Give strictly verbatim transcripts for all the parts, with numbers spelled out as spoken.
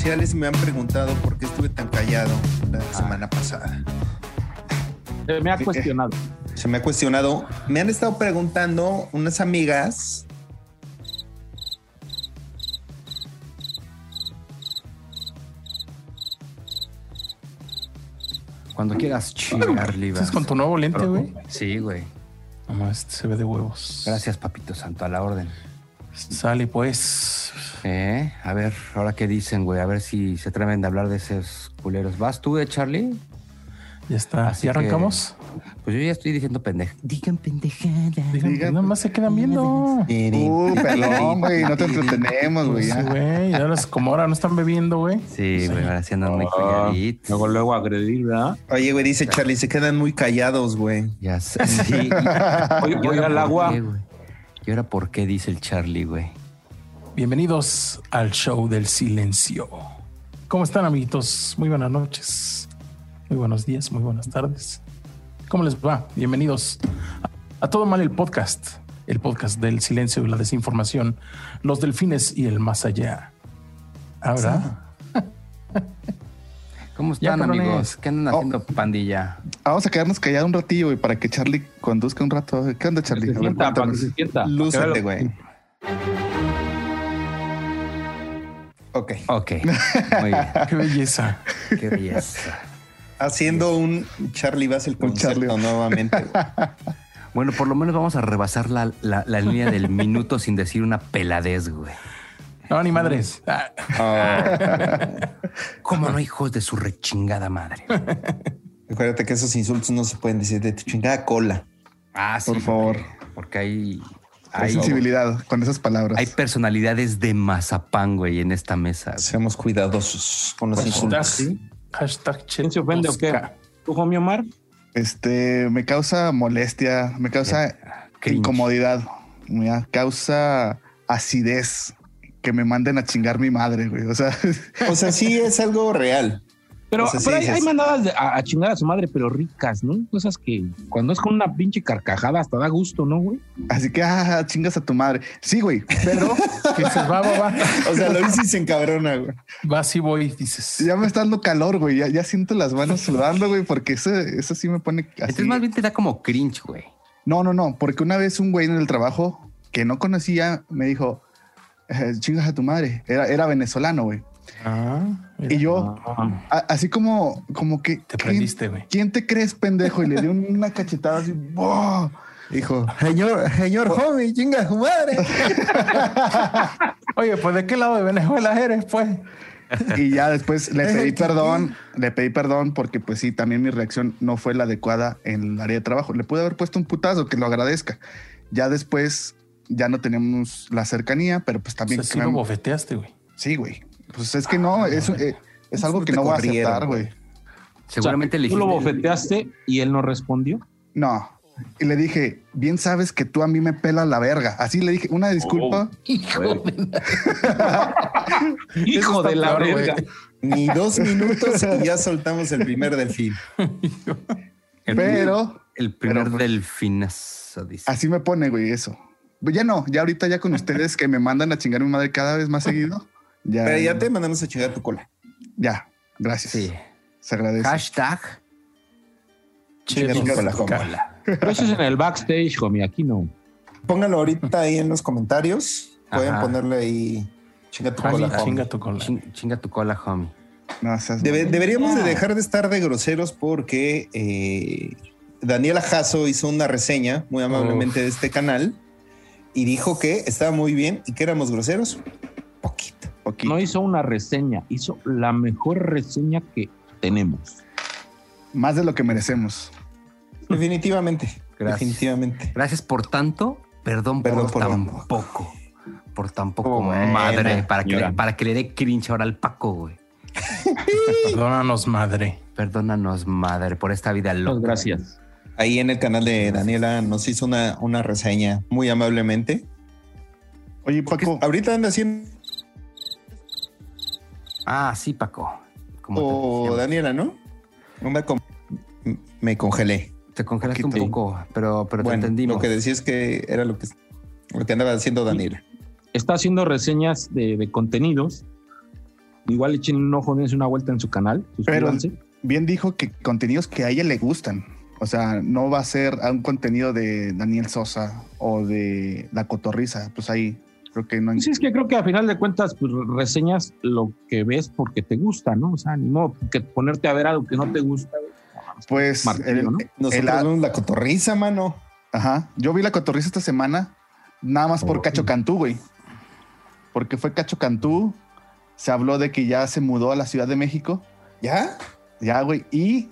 sociales y me han preguntado por qué estuve tan callado la ah. semana pasada. Se me ha cuestionado. Se me ha cuestionado. Me han estado preguntando unas amigas. Cuando quieras Charlie. ¿Estás con tu nuevo lente, güey? Sí, güey. No, este se ve de huevos. Gracias, papito santo, a la orden. Sale, pues. Eh, a ver, ahora qué dicen, güey. A ver si se atreven de hablar de esos culeros. ¿Vas tú, de Charlie? Ya está. Así ¿Ya arrancamos? Que, pues yo ya estoy diciendo pendeja. Digan pendejada. Digan, Digan, nada más se quedan viendo. Uh, perdón, güey. No te entretenemos, güey. Pues, güey. Ahora es como ahora no están bebiendo, güey. Sí, güey. Ahora sí andan muy calladitos. Luego, luego agredir, ¿verdad? Oye, güey, dice Charlie, se quedan muy callados, güey. Ya sé. Sí. Voy, voy al agua. Qué, ¿Y ahora por qué dice el Charlie, güey? Bienvenidos al show del silencio. ¿Cómo están, amiguitos? Muy buenas noches. Muy buenos días, muy buenas tardes. ¿Cómo les va? Bienvenidos a, a Todo Mal el Podcast. El podcast del silencio y la desinformación. Los delfines y el más allá. ¿Ahora? ¿Cómo están, ya, amigos? ¿Qué andan haciendo, oh, pandilla? Vamos a quedarnos callados un ratillo, güey, para que Charlie conduzca un rato. ¿Qué onda, Charlie? Que se sienta, ver, para que se sienta. Lúcete, güey. Ok. Ok. Muy bien. Qué belleza. Qué belleza. Haciendo un Charlie Bass el concierto nuevamente. Bueno, por lo menos vamos a rebasar la, la, la línea del minuto sin decir una peladez, güey. No, ni madres. Oh. ¿Cómo no, hijos de su rechingada madre? Acuérdate que esos insultos no se pueden decir de tu chingada cola. Ah, sí. Por favor. Porque, porque hay... Hay sensibilidad con esas palabras. Hay personalidades de mazapán, güey, en esta mesa. Seamos cuidadosos con los pues insultos. ¿Sí? Hashtag ¿Quién se ofende o qué? ¿Tú, homie Omar? Este, me causa molestia, me causa Cringe. incomodidad, me causa acidez que me manden a chingar mi madre, güey. O sea, o sea, sí es algo real. Pero, o sea, pero sí, hay, hay es... mandadas de, a, a chingar a su madre, pero ricas, ¿no? Cosas que cuando es con una pinche carcajada hasta da gusto, ¿no, güey? Así que, ah, chingas a tu madre. Sí, güey, pero... dices, va, va, va. O sea, lo hice y se encabrona, güey. Va, sí voy, dices. Ya me está dando calor, güey. Ya, ya siento las manos sudando, güey, porque eso, eso sí me pone así. Entonces más bien te da como cringe, güey. No, no, no, porque una vez un güey en el trabajo que no conocía me dijo, eh, chingas a tu madre. Era, era venezolano, güey. Ah, y yo, ah. a, así como, como que te prendiste, güey. ¿Quién te crees, pendejo? Y le di una cachetada así, ¡boh! Dijo, señor, señor homie, chinga su madre. Oye, pues ¿de qué lado de Venezuela eres, pues? Y ya después le pedí perdón, le pedí perdón porque pues sí, también mi reacción no fue la adecuada en el área de trabajo. Le pude haber puesto un putazo, que lo agradezca. Ya después ya no tenemos la cercanía, pero pues también... O sea, sí me... lo bofeteaste, güey. Sí, güey. Pues es que no, es, es, es algo que no voy a aceptar, güey. Seguramente o sea, le ¿tú lo bofeteaste y él no respondió? No. Y le dije, bien sabes que tú a mí me pelas la verga. Así le dije, una disculpa. Oh, hijo de la, hijo de la verga. Ni dos minutos y ya soltamos el primer delfín. el pero... El primer pero, delfinazo, dice. Así me pone, güey, eso. Ya no, ya ahorita ya con ustedes que me mandan a chingar a mi madre cada vez más seguido. Ya, pero ya te mandamos a chingar tu cola. Ya, gracias. Sí. Se agradece. Hashtag chingar tu cola, cola. Pero eso es en el backstage, homie, aquí no. Pónganlo ahorita ahí en los comentarios. Pueden Ajá. ponerle ahí chinga tu cola, homie. Chinga tu cola. Chinga, chinga tu cola, homie. No, seas... Debe, deberíamos de dejar de estar de groseros porque eh, Daniela Jasso hizo una reseña muy amablemente Uf. de este canal y dijo que estaba muy bien y que éramos groseros. Poquito, poquito. No hizo una reseña, hizo la mejor reseña que tenemos. Más de lo que merecemos. Definitivamente. Gracias. Definitivamente. Gracias por tanto, perdón, perdón por, por tan poco. poco. Por tan poco, oh, madre. Para que, le, para que le dé cringe ahora al Paco, güey. Perdónanos, madre. Perdónanos, madre, por esta vida loca. Muchas gracias. Ahí en el canal de Daniela nos hizo una, una reseña muy amablemente. Oye, Paco, ahorita anda haciendo... Ah, sí, Paco. O Daniela, ¿no? Me, con... me congelé. Te congelaste un, un poco, pero, pero bueno, te entendimos. Lo que decía es que era lo que, lo que andaba haciendo Daniela. Está haciendo reseñas de, de contenidos igual echen un ojo, dense una vuelta en su canal. Pero Suscríbanse. bien dijo que contenidos que a ella le gustan. O sea, no va a ser un contenido de Daniel Sosa o de La Cotorrisa. Pues ahí creo que no hay... Sí, es que creo que a final de cuentas, pues reseñas lo que ves porque te gusta, ¿no? O sea, ni modo que ponerte a ver algo que no te gusta. Pues Martillo, el- ¿no? Nosotros el- vemos La Cotorrisa, mano. Ajá. Yo vi La Cotorrisa esta semana nada más por Oh. Cacho Cantú, güey. Porque fue Cacho Cantú. Se habló de que ya se mudó a la Ciudad de México. ¿Ya? Ya, güey. Y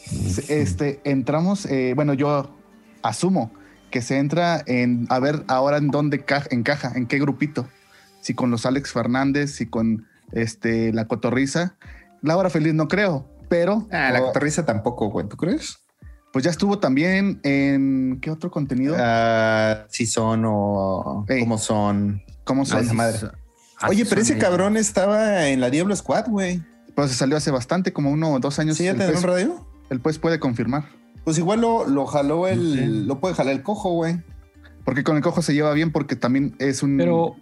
este, entramos, eh, bueno, yo asumo que se entra en a ver ahora en dónde ca- encaja, en qué grupito. Si con los Alex Fernández, si con este, La Cotorrisa. La Hora Feliz no creo, pero Ah, La Cotorrisa tampoco, güey. ¿Tú crees? pues ya estuvo también en ¿qué otro contenido? Ah, si son o Ey. cómo son. ¿Cómo Ah, son? esa madre. Así Oye, pero son ese ellos. cabrón estaba en la Diablo Squad, güey. Pues se salió hace bastante, como uno o dos años. ¿Sí ya el, te pues, un radio? el pues puede confirmar. Pues igual lo, lo jaló el... Sí. Lo puede jalar el cojo, güey. Porque con el cojo se lleva bien porque también es un... Pero,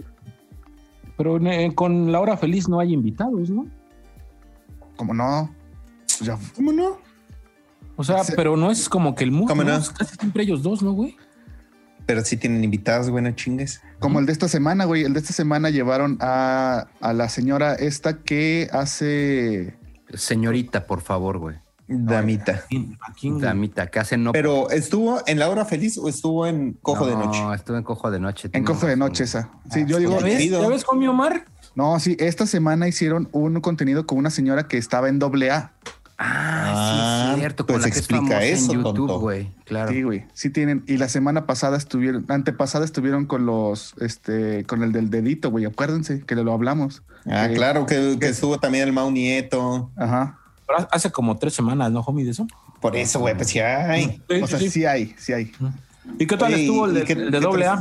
pero eh, con La Hora Feliz no hay invitados, ¿no? Como no. Pues ya- ¿Cómo no? O sea, Sí. pero no es como que el mundo, ¿Cómo no? casi siempre ellos dos, ¿no, güey? Pero sí tienen invitados, güey, no chingues. Como el de esta semana, güey. El de esta semana llevaron a, a la señora esta que hace... Señorita, por favor, güey. Damita. ¿A quién? Damita, que hace no. Pero ¿estuvo en La Hora Feliz o estuvo en Cojo de Noche? No, estuve en Cojo de Noche. En tienes Cojo de razón, Noche güey. esa. Sí, Ah, yo digo... ¿Ya ves? Chido. ¿Ya ves con mi Omar? No, sí, esta semana hicieron un contenido con una señora que estaba en doble A. Ah, Ah, sí, es cierto. pues Con la que es explica famosa eso, en YouTube, tonto. güey. Claro. Sí, güey. Sí tienen. Y la semana pasada estuvieron... Antepasada estuvieron con los... Este... Con el del dedito, güey. Acuérdense que lo hablamos. Ah, Eh, claro, que, que estuvo también el Mau Nieto. Ajá. Pero hace como tres semanas, ¿no, homie, de eso? Por eso, güey, pues ya hay. Sí, O sea, sí. sí hay, sí hay. ¿Y qué tal Oye, estuvo ¿y el de, qué- el de qué doble tal? A?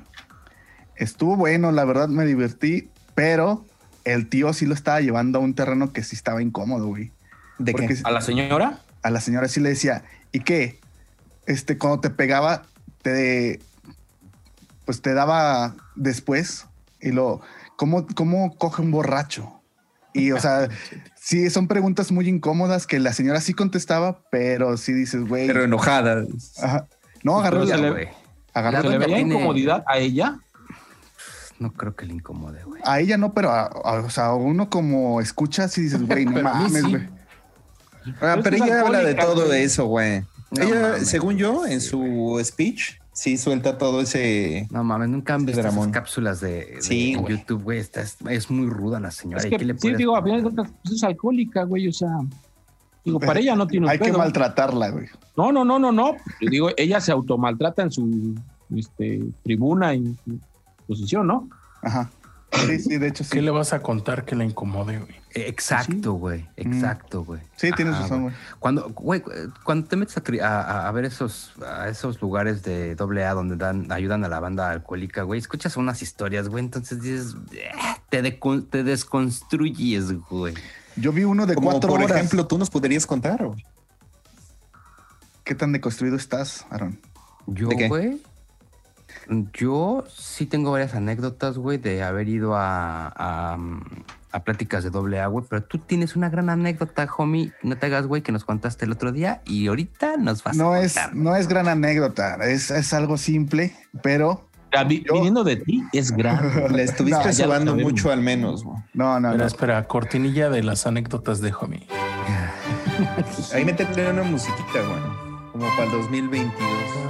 Estuvo bueno, la verdad me divertí, pero el tío sí lo estaba llevando a un terreno que sí estaba incómodo, güey. ¿De Porque qué? ¿A la señora? a la señora sí le decía, ¿y qué? Este, cuando te pegaba, te pues te daba después y lo, ¿cómo, cómo coge un borracho? Y o sea, sí, son preguntas muy incómodas que la señora sí contestaba, pero sí dices, güey. Pero enojada. Ajá. No, agarró Pero la, se le- güey. agarró ¿Se La le doña veía tiene- incomodidad a ella? No creo que le incomode, güey. a ella no, pero a, a- o sea, uno como escucha, sí dices, güey, no Pero a mí mames, sí. güey. Ah, Pero pero es ella habla de alcohólica, todo güey. eso, güey. No ella, mames, según yo, güey, en sí, su speech, sí suelta todo ese... No mames, nunca han Sí, visto esas Dramón. cápsulas de, de Sí, en güey. YouTube, güey. Está- Es, es muy ruda la señora. Es ¿Y que, qué le sí, puedes digo, a poner? final de cuentas, pues es alcohólica, güey, o sea... Digo, para ella no tiene un Hay que pedo. maltratarla, güey. No, no, no, no, no. Yo digo, ella se automaltrata en su este, tribuna, en su posición, ¿no? Ajá. Sí, sí, de hecho sí. ¿Qué le vas a contar que la incomode, güey? Eh, Exacto, güey. Exacto, güey. Sí, tienes Ajá, razón, güey. Cuando, güey, cuando te metes a, tri- a- a- a ver esos, a esos lugares de doble A donde dan, ayudan a la banda alcohólica, güey, escuchas unas historias, güey, entonces dices, "Eh", te, decon- te desconstruyes, güey. Yo vi uno de Como cuatro por horas. ejemplo, tú nos podrías contar, güey. ¿Qué tan deconstruido estás, Aaron? Yo, ¿De qué? güey, yo sí tengo varias anécdotas, güey, de haber ido a, a, a pláticas de doble A, güey, pero tú tienes una gran anécdota, homie, no te hagas, güey, que nos contaste el otro día y ahorita nos vas No a es, contar. no es gran anécdota, es, es algo simple, pero Ya, vi- Yo- Viniendo de ti, es grave. Le estuviste No, ya lo sobando sabemos. mucho al menos, güey. no, no, Espera, no. espera, cortinilla de las anécdotas de Homie. Ahí métete una musiquita, güey. Como para el dos mil veintidós.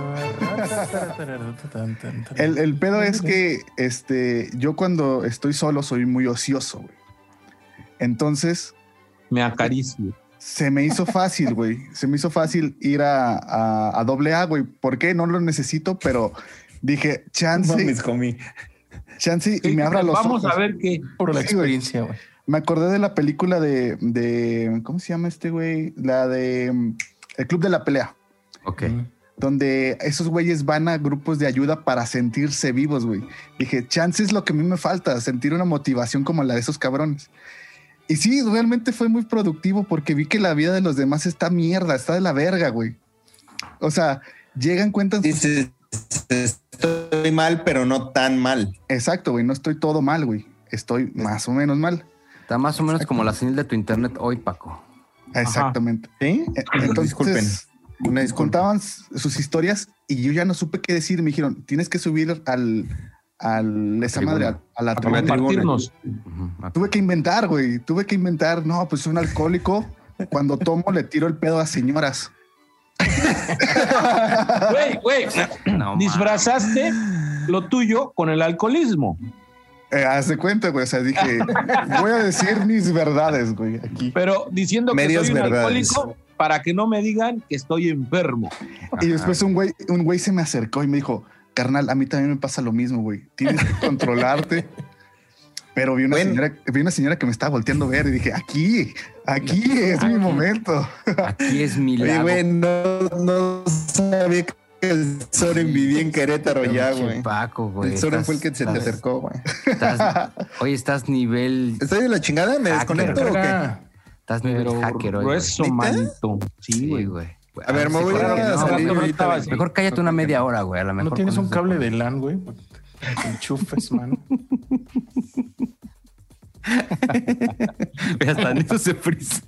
El, el pedo es que este, yo cuando estoy solo soy muy ocioso, güey. Entonces Me acaricio. se me hizo fácil, güey. Se me hizo fácil ir a, a, a doble A, güey. ¿Por qué? No lo necesito, pero dije, chance, Mames, comí. chance y me abra los Vamos ojos. a ver qué. Por la Sí, güey. experiencia, güey. Me acordé de la película de, de ¿cómo se llama este güey? La de mm, El Club de la Pelea, Ok. donde esos güeyes van a grupos de ayuda para sentirse vivos, güey. Dije, chance es lo que a mí me falta, sentir una motivación como la de esos cabrones. Y sí, realmente fue muy productivo porque vi que la vida de los demás está mierda, está de la verga, güey. O sea, llegan, cuentan... sus- Dices, estoy mal, pero no tan mal. Exacto, güey, no estoy todo mal, güey. Estoy más o menos mal. Está más o menos como la señal de tu internet hoy, Paco. Exactamente. ¿Sí? Entonces, Disculpen. Una disculpa. contaban sus historias y yo ya no supe qué decir. Me dijeron, tienes que subir al, al esa tribuna. madre, a, a la A tribuna. compartirnos. Ujú. Tuve que inventar, güey. Tuve que inventar. No, pues soy un alcohólico. Cuando tomo le tiro el pedo a señoras. Güey, güey, No, disfrazaste lo tuyo con el alcoholismo. Eh, haz de cuenta, güey. O sea, dije, voy a decir mis verdades, güey, aquí. Pero diciendo Medias que soy un verdades. alcohólico para que no me digan que estoy enfermo. Y después un güey, un güey se me acercó y me dijo, carnal, a mí también me pasa lo mismo, güey. Tienes que controlarte. Pero vi una, Bueno. señora, vi una señora que me estaba volteando a ver y dije, aquí, aquí es mi momento. Aquí es mi Oye, lago. güey, no, no sabía que el Soren vivía en Querétaro ya, Pinche güey. Paco, güey. El Soren Estás- fue el que se te estás- acercó, güey. estás- Hoy estás nivel. ¿Estoy de la chingada? ¿Me Hacker. desconecto o qué? Carga. Estás nivel Pero hacker hoy. grueso, güey. manito. Sí, Sí, güey. güey. A ver, me sí, voy claro que a no, salir mejor- ahorita. estabas- Mejor cállate una media hora, güey. A lo mejor. ¿No tienes con un eso cable se- de LAN, güey? Te enchufes, man. Hasta en eso se frisea.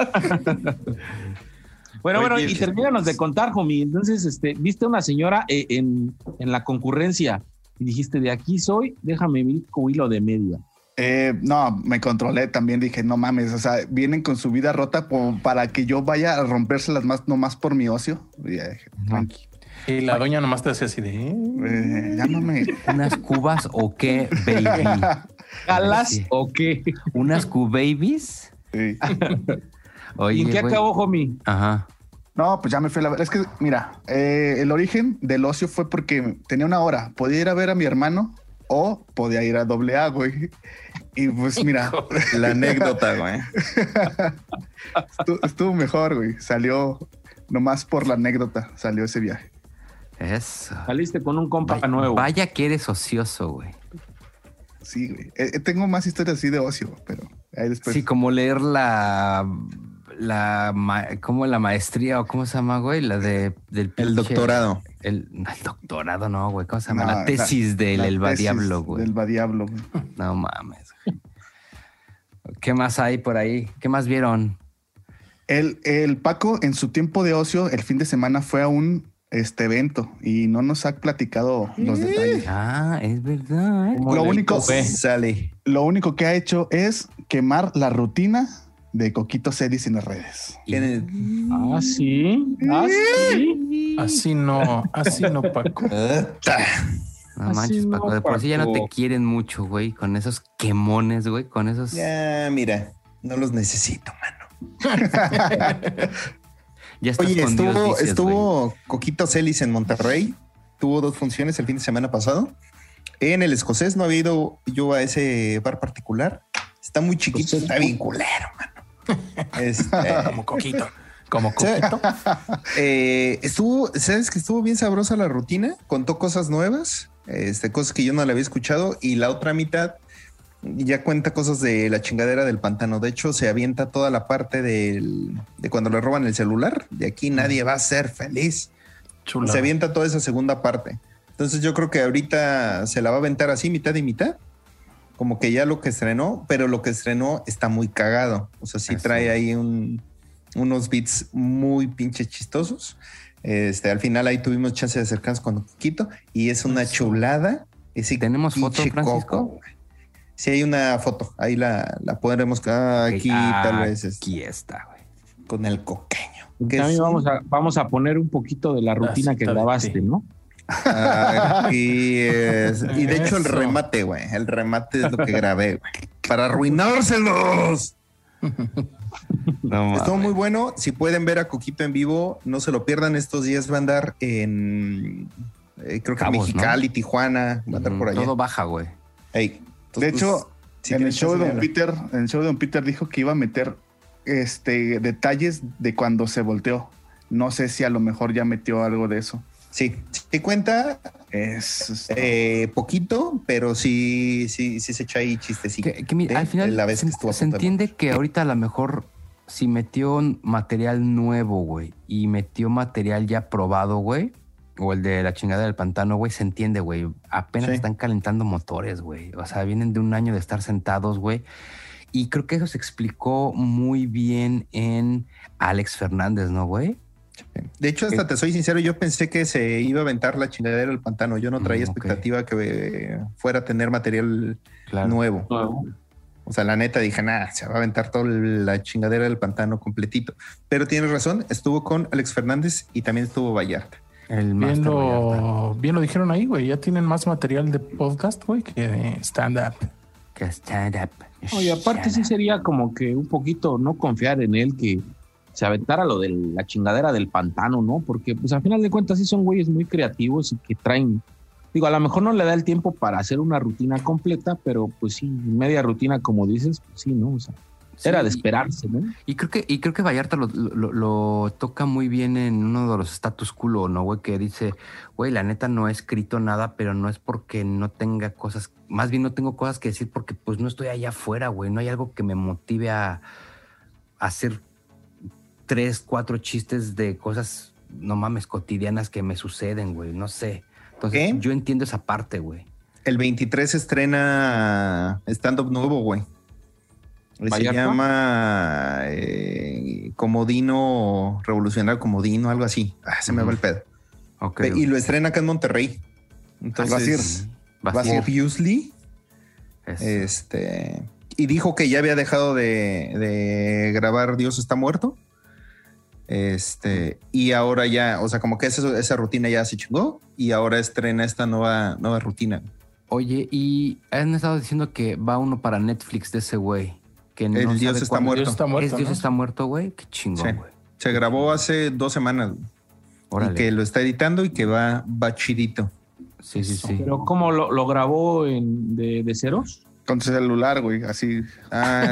Bueno, Oye, bueno, y sí. termínanos de contar, homie. Entonces, este, viste una señora eh, en, en la concurrencia y dijiste, de aquí soy, déjame mi hilo de media. Eh, no, me controlé también. Dije, no mames, o sea, vienen con su vida rota como para que yo vaya a rompérselas más, nomás por mi ocio. Y ya dije, tranqui. Y la doña nomás te hacía así de... Eh, llámame. ¿Unas cubas o qué, baby? ¿Jalas Sí. o qué? ¿Unas cubabies? Sí. Oye, ¿Y en qué güey. acabó, homie? Ajá. No, pues ya me fui a la... Es que, mira, eh, el origen del ocio fue porque tenía una hora. Podía ir a ver a mi hermano o podía ir a doble A, güey. Y pues mira, La anécdota, güey. estuvo, estuvo mejor, güey. Salió nomás por la anécdota, salió ese viaje. Eso. Saliste con un compa Vaya, nuevo. vaya que eres ocioso, güey. Sí, güey. Eh, eh, tengo más historias así de ocio, pero ahí después... Sí, como leer la la ma- como la maestría o cómo se llama, güey, la de del El pinche- doctorado. El, no, el doctorado, no, güey, ¿cómo se llama? No, la tesis del la Elba tesis Diablo, güey. Del Diablo, güey. No mames. Güey. ¿Qué más hay por ahí? ¿Qué más vieron? El, el Paco, en su tiempo de ocio, el fin de semana fue a un este evento y no nos ha platicado los detalles. Ah, es verdad. ¿eh? Como Lo le único- topé. Sale. Lo único que ha hecho es quemar la rutina de Coquito Cedis en las redes. Ah, sí. Ah, sí. Así no, así no, Paco. No Así manches, no, Paco. De por sí ya no te Paco. quieren mucho, güey, con esos quemones, güey, con esos. Ya, mira, no los necesito, mano. Ya estás Oye, con Dios, estuvo, dices, estuvo Coquito Celis en Monterrey. Tuvo dos funciones el fin de semana pasado. En el Escocés no había ido yo a ese bar particular. Está muy chiquito, Escocés. está bien culero, mano. Este, Como coquito. Como Sí. coquito. eh, estuvo, ¿sabes que estuvo bien sabrosa la rutina? Contó cosas nuevas, este, cosas que yo no le había escuchado, y la otra mitad ya cuenta cosas de la chingadera del pantano. De hecho, se avienta toda la parte del, de cuando le roban el celular. De aquí nadie va a ser feliz. Chula. Se avienta toda esa segunda parte. Entonces yo creo que ahorita se la va a aventar así, mitad y mitad. Como que ya lo que estrenó, pero lo que estrenó está muy cagado. O sea, sí Eso. trae ahí un, unos beats muy pinches chistosos. Este, al final ahí tuvimos chance de acercarnos con Coquito y es una Eso. chulada. Ese ¿Tenemos foto, pinche Francisco? coco, güey. Sí, hay una foto. Ahí la, la podremos ah, aquí, Ah, tal vez este, Aquí está, güey. con el coqueño. que También es un- vamos a, vamos a poner un poquito de la rutina que cita de grabaste, ti. ¿no? Aquí es. Y de hecho, el Eso. remate, güey. El remate es lo que grabé, güey. Para arruinárselos. No, Estuvo mames. muy bueno. Si pueden ver a Coquito en vivo, no se lo pierdan. Estos días va a andar en. eh, creo que Cabos, Mexicali, Tijuana. Va a andar Mm, por allá. Todo baja, güey. Ey, De entonces, hecho, pues, si en el tienen show de chance, Don véanlo. Peter, en el show de Don Peter dijo que iba a meter este detalles de cuando se volteó. No sé si a lo mejor ya metió algo de eso. Sí, sí cuenta Es eh, poquito, pero sí, sí, sí se echa ahí chistecito. Que, que mira, ¿eh? al final La vez se, que estuvo a se punto de entiende que ahorita a lo mejor si metió un material nuevo, güey, y metió material ya probado, güey, o el de la chingada del pantano, güey, se entiende, güey. Apenas Sí. están calentando motores, güey. O sea, vienen de un año de estar sentados, güey. Y creo que eso se explicó muy bien en Alex Fernández, ¿no, güey? De hecho, hasta te soy sincero, yo pensé que se iba a aventar la chingadera del pantano. Yo no traía Mm, ok. expectativa que eh, fuera a tener material Claro. nuevo. Nuevo. O sea, la neta dije, nada, se va a aventar toda la chingadera del pantano completito. Pero tienes razón, estuvo con Alex Fernández y también estuvo Vallarta. El Bien Master Vallarta, lo, bien lo dijeron ahí, güey. Ya tienen más material de podcast, güey, que de stand-up. que stand up. Oye, aparte sí sería como que un poquito no confiar en él que se aventara lo de la chingadera del pantano, ¿no? Porque pues al final de cuentas sí son güeyes muy creativos y que traen, digo, a lo mejor no le da el tiempo para hacer una rutina completa, pero pues sí, media rutina como dices, pues sí, ¿no? O sea, Sí, era de esperarse, ¿no? Y creo que, y creo que Vallarta lo, lo- lo toca muy bien en uno de los status quo, ¿no, güey? Que dice, güey, la neta no he escrito nada, pero no es porque no tenga cosas, más bien no tengo cosas que decir porque pues no estoy allá afuera, güey. No hay algo que me motive a, a hacer tres, cuatro chistes de cosas, no mames, cotidianas que me suceden, güey. No sé. Entonces, ¿Qué? yo entiendo esa parte, güey. El veintitrés se estrena stand-up nuevo, güey. Se ¿Vallarta? llama eh, Comodino, Revolucionario Comodino, algo así. Ah, se me va el pedo. Ok. Pe- Y lo estrena acá en Monterrey. Entonces, Va a ser. obviously, Eso. este, y dijo que ya había dejado de, de grabar Dios está muerto. Este, y ahora ya, o sea, como que esa, esa rutina ya se chingó y ahora estrena esta nueva, nueva rutina. Oye, y han estado diciendo que va uno para Netflix de ese güey. Que no El sabe Dios está cuándo- muerto. Dios está muerto, ¿Es Dios ¿no? está muerto, güey? Qué Sí. chingón, güey. Se grabó hace dos semanas güey, Órale. y que lo está editando y que va, va chidito. Sí, sí, sí. Pero ¿cómo lo, lo grabó en, de, de ceros? Con su celular, güey, así. Ah,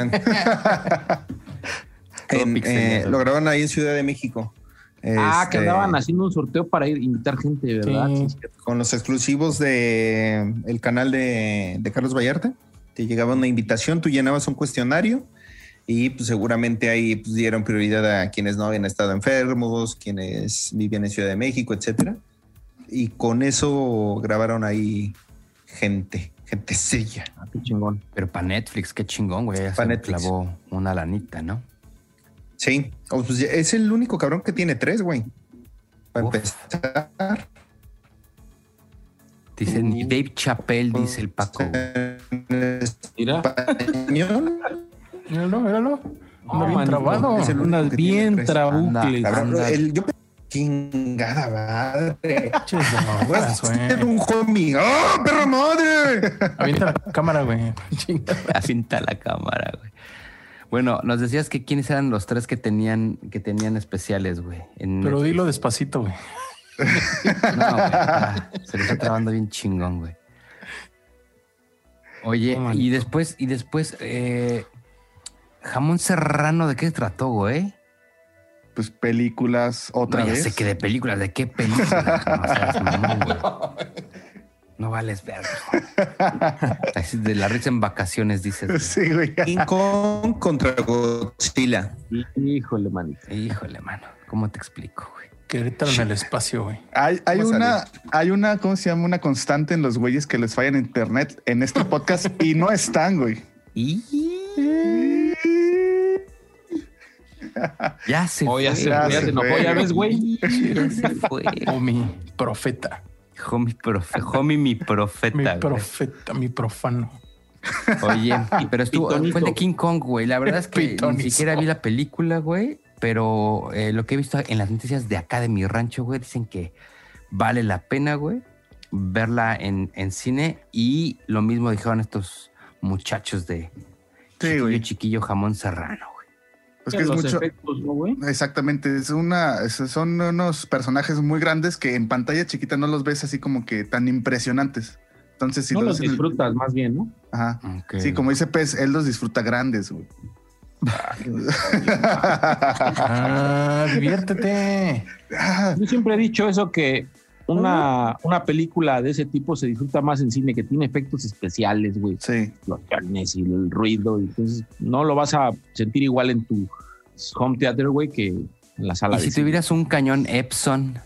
Todo en, pixeleado. eh, lo grabaron ahí en Ciudad de México. Ah, que Este, andaban haciendo un sorteo para ir invitar gente, ¿verdad? Sí. Sí, sí. con los exclusivos de el canal de, de Carlos Vallarta. Te llegaba una invitación, tú llenabas un cuestionario y pues, seguramente ahí pues, dieron prioridad a quienes no habían estado enfermos, quienes vivían en Ciudad de México, etcétera. Y con eso grabaron ahí gente, gente sella. Ah, qué chingón. Pero para Netflix, qué chingón, güey. Ya Pa' se Netflix. clavó una lanita, ¿no? Sí, o, pues, es el único cabrón que tiene tres, güey. Para Uf. empezar. Dice ni Dave Chappelle, dice el Paco. En Mira, español. Míralo, míralo. Anda bien manito, trabado. es el- único andas que tiene bien tres. trabucles. Cabrón, Anda. el- yo pensé, chingada madre. Pinches Vas drogas, a ser güey. un homie. ¡Oh, perra madre! Avienta la cámara, güey. Chingada. Afinta la cámara, güey. Bueno, nos decías que quiénes eran los tres que tenían, que tenían especiales, güey. en Pero Netflix. dilo despacito, güey. No, güey. ah, se le está trabando bien chingón, güey. Oye, No, manito. y después, y después, eh, Jamón Serrano, ¿de qué se trató, güey? Pues películas otra No, ya vez. sé que de películas, ¿de qué películas? No seas mamón, güey. No vales ver. Así de la risa en vacaciones, dices. güey. Sí, güey. King Kong contra Godzilla. Híjole, manito. Híjole, mano, ¿cómo te explico, güey? Querétaro en el espacio, güey. Hay, hay Vamos a una, hay una, ¿cómo se llama? Una constante en los güeyes que les fallan en internet en este podcast y no están, güey. Y ya se Oh, ya fue. se, ya fue, ya se se enojó, fue. ya ves, güey. Ya se fue. O mi profeta. Homie, profe, homie, mi profeta. Mi güey. profeta, mi profano. Oye, pero estuvo, Pitonito. fue el de King Kong, güey. La verdad es que ni Pitonizo. siquiera vi la película, güey. Pero eh, lo que he visto en las noticias de acá de mi rancho, güey, dicen que vale la pena, güey, verla en, en cine. Y lo mismo dijeron estos muchachos de Sí, Chiquillo, güey. Chiquillo Jamón Serrano, güey. Pues que es Los mucho. efectos, ¿no, güey? Exactamente, es una, es- son unos personajes muy grandes que en pantalla chiquita no los ves así como que tan impresionantes. Entonces, si No los los ves en el- disfrutas más bien, ¿no? Ajá. Ok. Sí, como dice Pez, él los disfruta grandes, güey. Ah, diviértete. Ah, Yo siempre he dicho eso que una, una película de ese tipo se disfruta más en cine, que tiene efectos especiales, güey. sí, Los cañones y el ruido. y Entonces no lo vas a sentir igual en tu home theater, güey, que en la sala Y de si cine. tuvieras un cañón Epson,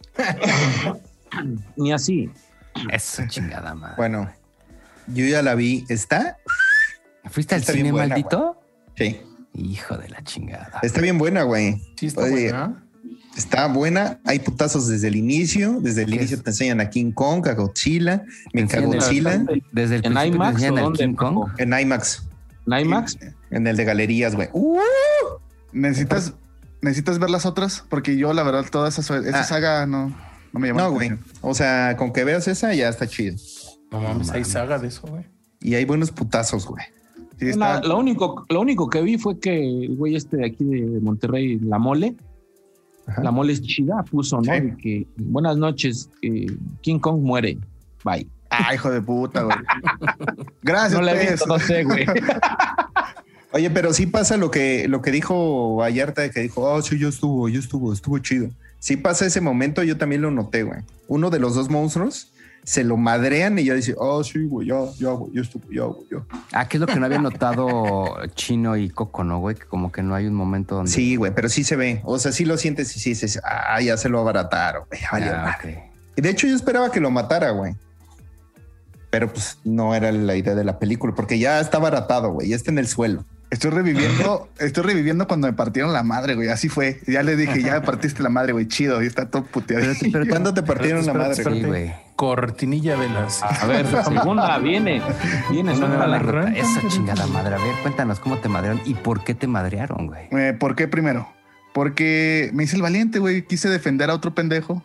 Ni así. eso chingada madre. Bueno, yo ya la vi. Está ¿Fuiste al Está cine, bien buena, maldito? Sí. Hijo de la chingada. Está bien buena, güey. Sí, está Oye, buena. Está buena. Hay putazos desde el inicio. Desde el ¿Qué inicio es? te enseñan a King Kong, a Godzilla, Te enseñan Mechagodzilla. el- Desde el ¿En principio te IMAX enseñan o al dónde, King Kong. Paco? En IMAX. ¿En IMAX? En el de galerías, güey. Uh, ¿Necesitas, ¿Necesitas ver las otras? Porque yo, la verdad, toda esa, esa Ah. saga no, no me llama no, la güey. atención. O sea, con que veas esa ya está chido. No mames, hay saga de eso, güey. Y hay buenos putazos, güey. Sí, Una- está, lo, único, lo único que vi fue que el güey este de aquí de Monterrey, La Mole, Ajá. La Mole es chida, puso, ¿no? Sí. De que buenas noches, eh, King Kong muere. Bye. ah, hijo de puta, güey. Gracias, No la he pues. visto, no sé, güey. Oye, pero sí pasa lo que, lo que dijo Vallarta, que dijo, oh, sí, yo estuvo, yo estuvo, estuvo chido. Sí pasa ese momento, yo también lo noté, güey. Uno de los dos monstruos se lo madrean y ya dice, oh, sí, güey, ya, ya, güey, yo estuvo, ya, güey, yo. Ah, que es lo que no había notado Chino y Coco, ¿no, güey? Que como que no hay un momento donde... Sí, güey, pero sí se ve. O sea, sí lo sientes y sí dices, ah, ya se lo abarataron, güey. ya valió Ah, madre". ok. Y de hecho yo esperaba que lo matara, güey. Pero pues no era la idea de la película, porque ya está abaratado, güey, ya está en el suelo. Estoy reviviendo, estoy reviviendo cuando me partieron la madre, güey. Así fue. Ya le dije, ya me partiste la madre, güey. Chido. Y está todo puteado. Pero, pero, ¿Cuándo te partieron la Espérate, madre? espérate. Sí, güey. Cortinilla de las. A ver, segunda, viene. Viene, No, suéltala. no, no, no. Esa chingada madre. A ver, cuéntanos cómo te madrearon y por qué te madrearon, güey. Eh, ¿Por qué primero? Porque me hice el valiente, güey. Quise defender a otro pendejo.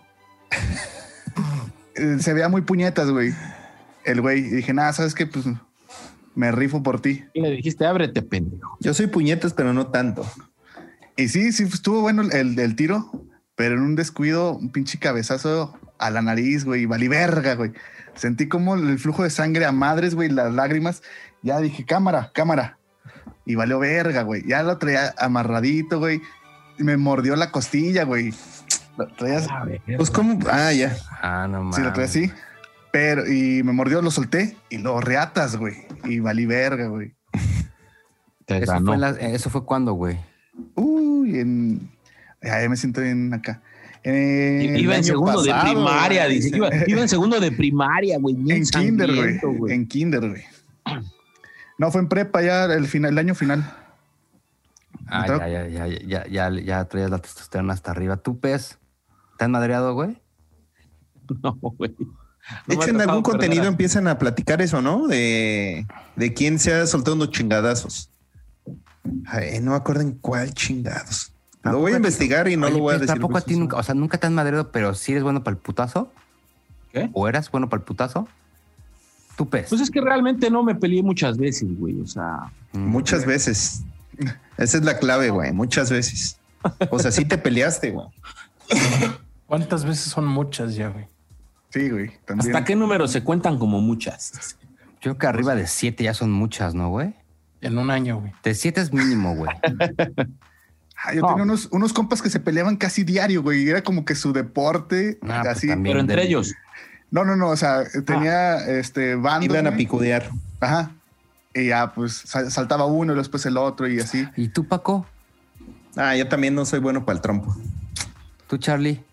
Eh, Se veía muy puñetas, güey. El güey. Y dije, nada, ¿sabes qué? Pues me rifo por ti. Y le dijiste, ábrete, pendejo. Yo soy puñetas, pero no tanto. Y sí, sí, estuvo bueno el, el tiro, pero en un descuido, un pinche cabezazo a la nariz, güey. Y valí verga, güey. Sentí como el flujo de sangre a madres, güey, las lágrimas. Ya dije, cámara, cámara. Y valió verga, güey. Ya lo traía amarradito, güey. Y me mordió la costilla, güey. Lo traías, A ver, Pues cómo, ah, ya. Ah, no mames. sí, lo traía así. Pero, y me mordió, lo solté y lo reatas, güey. Y valí verga, güey. te Eso ganó. fue, en la- eso fue cuando, güey. Uy, en. Ya me siento bien acá. En el Iba en año segundo de pasado, primaria, güey. dice. Iba, iba en segundo de primaria, güey. bien En kinder, güey. sangriento, güey. En kinder, güey. No, fue en prepa ya el final, el año final. Ah, Entró- ya, ya, ya, ya, ya, ya traías la testosterona hasta arriba. ¿Tú, pez? ¿Te has madreado, güey? No, güey. De No me hecho, ha en tocado algún perder contenido a- empiezan a platicar eso, ¿no? De, de quién se ha soltado unos chingadazos. Ay, no me acuerdo en cuál chingados. Lo voy a investigar y no Oye, lo voy a Pez, decir. ¿tampoco a pues, ti nunca, o sea, nunca te has madreado, pero sí eres bueno para el putazo? ¿Qué? ¿O eras bueno para el putazo? ¿Tú, pez? Pues es que realmente no me peleé muchas veces, güey. O sea, Mm. Muchas veces. Esa es la clave, güey. Muchas veces. O sea, sí te peleaste, güey. ¿Cuántas veces son muchas ya, güey? Sí, güey. También. ¿hasta qué número se cuentan como muchas? Yo creo que arriba de siete ya son muchas, ¿no, güey? En un año, güey. De siete es mínimo, güey. Ah, yo No. tenía unos, unos compas que se peleaban casi diario, güey. Era como que su deporte. Ah, pues así. también. Pero entre de- ellos. No, no, no. O sea, tenía este bando. Iban a güey. picudear. Ajá. Y ya, pues sal- saltaba uno y después el otro y así. ¿Y tú, Paco? Ah, yo también no soy bueno para el trompo. ¿Tú, Charlie?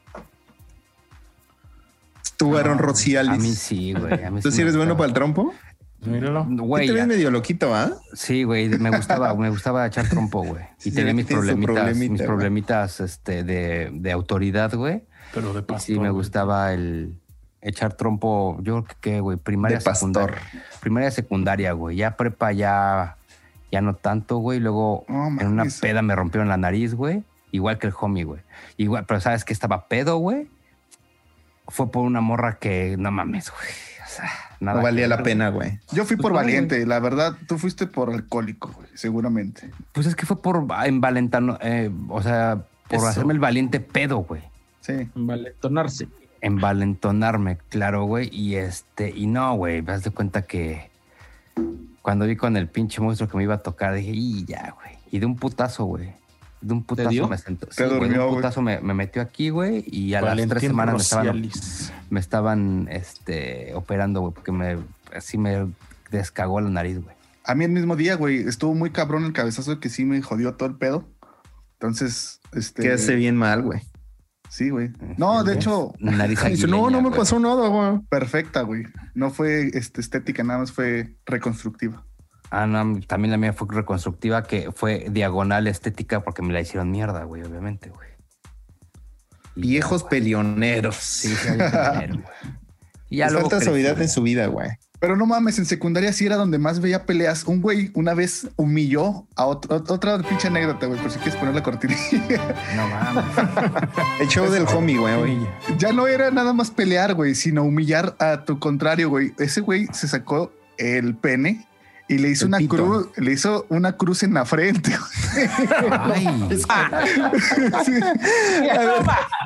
Tú, Aaron A mí Rocialis. sí, güey. A mí ¿Tú sí me eres bueno gustaba. para el trompo? Míralo. Güey, Tú te ves ya- medio loquito, ¿ah? sí, güey, me gustaba, me gustaba echar trompo, güey. Y Sí, tenía mis tienes tu problemitas, problemita, mis güey. problemitas este, de, de autoridad, güey. Pero de Y pastor. sí, me güey. gustaba el echar trompo, yo creo que, ¿qué, güey? Primaria, De pastor. secundaria. Primaria, secundaria, güey. Ya prepa, ya, ya no tanto, güey. Luego No, en una mames. peda me rompieron la nariz, güey. Igual que el homie, güey. Igual, pero ¿sabes que estaba pedo, güey? Fue por una morra que, no mames, güey. O sea, nada. No valía que la ver, pena, güey. Yo fui Pues por no, valiente. La verdad, tú fuiste por alcohólico, güey. Seguramente. Pues es que fue por envalentano, eh, o sea, por Eso. hacerme el valiente pedo, güey. Sí. Vale, tornarse. Envalentonarme, claro, güey. Y este, y no, güey, me das de cuenta que cuando vi con el pinche monstruo que me iba a tocar, dije, y ya, güey. Y de un putazo, güey. De un putazo dio? me sentó. Te Sí, güey, de durmió, un güey. putazo me, me metió aquí, güey. Y a las tres Valentín semanas me estaban, Rocialis. me estaban este, operando, güey, porque me así me descagó la nariz, güey. A mí el mismo día, güey, estuvo muy cabrón el cabezazo que sí me jodió todo el pedo. Entonces, este. Que hace bien mal, güey. Sí, güey. No, de ¿Ves? hecho, Nariz Dice, no, aguileña, no me güey. pasó nada, güey. perfecta, güey. No fue este, estética, nada más fue reconstructiva. Ah, no, también la mía fue reconstructiva, que fue diagonal estética porque me la hicieron mierda, güey, obviamente, güey. Y Viejos ya, pelioneros. Sí, sí, peleonero, güey. Y ya Les luego falta crecí, suavidad güey. en su vida, güey. Pero no mames, en secundaria sí era donde más veía peleas. Un güey una vez humilló a otro, otra pinche anécdota, güey, por si quieres poner la cortinilla. No mames. El show del homie, güey. güey. Ya no era nada más pelear, güey, sino humillar a tu contrario, güey. Ese güey se sacó el pene y le hizo El una pito. cruz, le hizo una cruz en la frente. Ay, Sí. A ver,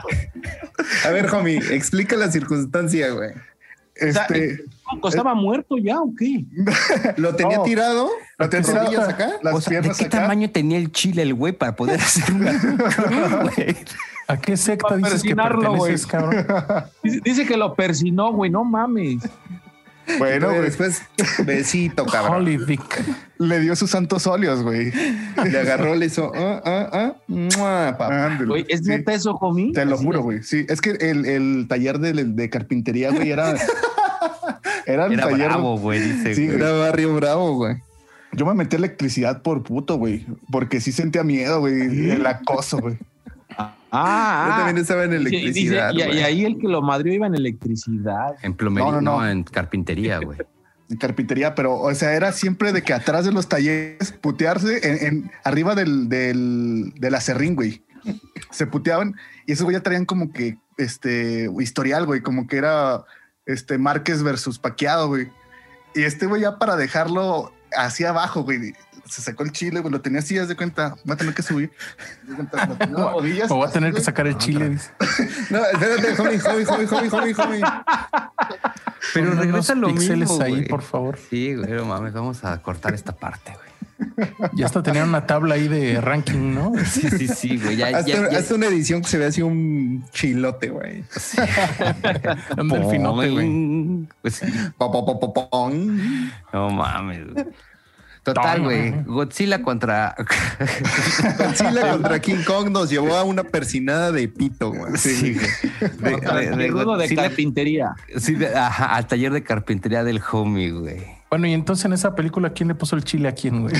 a ver, homie, explica la circunstancia, güey. Este, ¿Estaba muerto ya o qué? ¿Lo tenía No. tirado? ¿Lo tenía ¿Las tirado? rodillas acá? las o sea, ¿de piernas qué acá. tamaño tenía el chile el güey para poder hacer una cruz, güey? ¿A qué secta Para dices que persinarlo, perteneces, cabrón? Dice, dice que lo persinó, güey, no mames. Bueno, Güey, güey, después, besito, cabrón. Holy dick. le dio sus santos óleos, güey. Le agarró, le hizo, ah, ah, ah, ¡mua, papá! Ándale. Güey, ¿es Sí. neta eso, homie? Te lo Así juro, es. güey. Sí, es que el, el taller de, de carpintería, güey, era. Era el Era taller. bravo, güey, dice. Sí, güey. Era barrio bravo, güey. Yo me metí electricidad por puto, güey. Porque sí sentía miedo, güey. El acoso, güey. Ah, ah. Yo también estaba en Dice- dice- electricidad, y, y güey. ahí el que lo madrió iba en electricidad. En plomería, No, no, no, no. en carpintería, güey. En carpintería, pero, o sea, era siempre de que atrás de los talleres putearse en, en- arriba del, del, del acerrín, güey. Se puteaban y esos güey ya traían como que este historial, güey, como que era este Márquez versus Paqueado, güey. Y este güey ya para dejarlo hacia abajo, güey, se sacó el chile, güey, lo tenía así, haz de cuenta, voy a tener que subir. Haz de cuenta, lo tenía en las rodillas, Me voy a así, tener que güey. sacar el chile. Dice. No, espérate, homie, homie, homie, homie, homie, homie. Pero Pon regresa unos lo píxeles mismo, ahí, güey. por favor. Sí, güey, no mames, vamos a cortar esta parte, güey. Ya hasta tenían una tabla ahí de ranking, ¿no? Sí, sí, sí, güey. Ya, Hazte, ya, ya. hazte una edición que se ve así un chilote, güey. Un delfinote, güey. Poing. Pues sí. Po, po, po, po, pong. No mames, güey. Total, Toma. güey. Godzilla contra. Godzilla contra King Kong nos llevó a una persinada de pito, güey. Sí, güey. De, de, de El rudo de Godzilla- carpintería. sí, de- ajá, al taller de carpintería del homie, güey. Bueno, y entonces en esa película, ¿quién le puso el chile a quién, güey?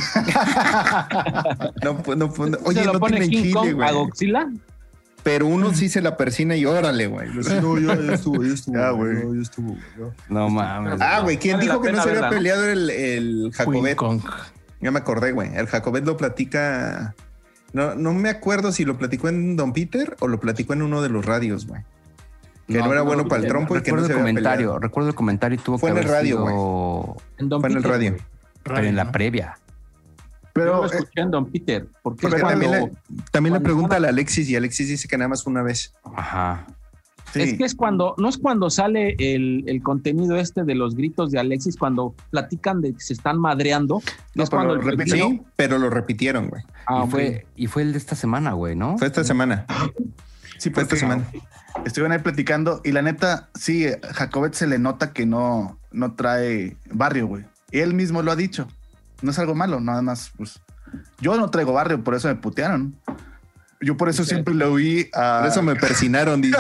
No, pues, no, pues, no. ¿Se Oye, lo no pone tienen King chile, Kong a güey. Godzilla? Pero uno sí se la persina y órale, güey. No, ya, ya estuvo, ya estuvo. Ya, güey. no, ya estuvo, güey, ya. No mames. Ah, güey. güey, ¿quién Vale dijo la que no pena se había verla, ¿no? peleado el, el King Jacobet? Kong. Ya me acordé, güey. El Jacobet lo platica. No, no me acuerdo si lo platicó en Don Peter o lo platicó en uno de los radios, güey. Que no, era no, bueno para el no, trompo y que no Recuerdo se el había comentario, peleado. recuerdo el comentario y tuvo Fue que en el haber radio, sido- En Don Fue en el Peter, radio. güey. pero en la previa. Yo Pero lo eh, escuché en Don Peter. Porque Porque es cuando, también, le, también le cuando pregunta a van la Alexis y Alexis dice que nada más una vez. Ajá. sí. es que es cuando, no es cuando sale el, el contenido este de los gritos de Alexis, cuando platican de que se están madreando. No, es pero cuando lo el repiti- primero- sí, pero lo repitieron, güey. Ah, y, ok. fue, y fue el de esta semana, güey, ¿no? Fue esta semana. sí, Fue esta porque semana. estuvieron ahí platicando y la neta, sí, Jacobet se le nota que no, no trae barrio, güey. Y él mismo lo ha dicho. No es algo malo, nada más, pues. Yo no traigo barrio, por eso me putearon. Yo por eso Ok. siempre le oí a. Por eso me persinaron, dice.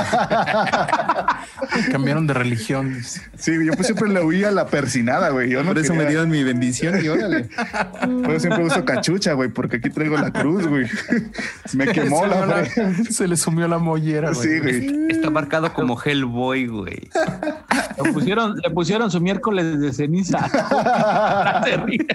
Cambiaron de religión. Dice. Sí, yo pues siempre le oí a la persinada, güey. Yo no Por eso me quería- dieron mi bendición y órale. Por eso siempre uso cachucha, güey, porque aquí traigo la cruz, güey. Me quemó Se le la, sumió la- güey. Se le sumió la mollera, güey. Sí, güey. Está marcado como Hellboy, güey. Le pusieron, le pusieron su miércoles de ceniza. Se ríe.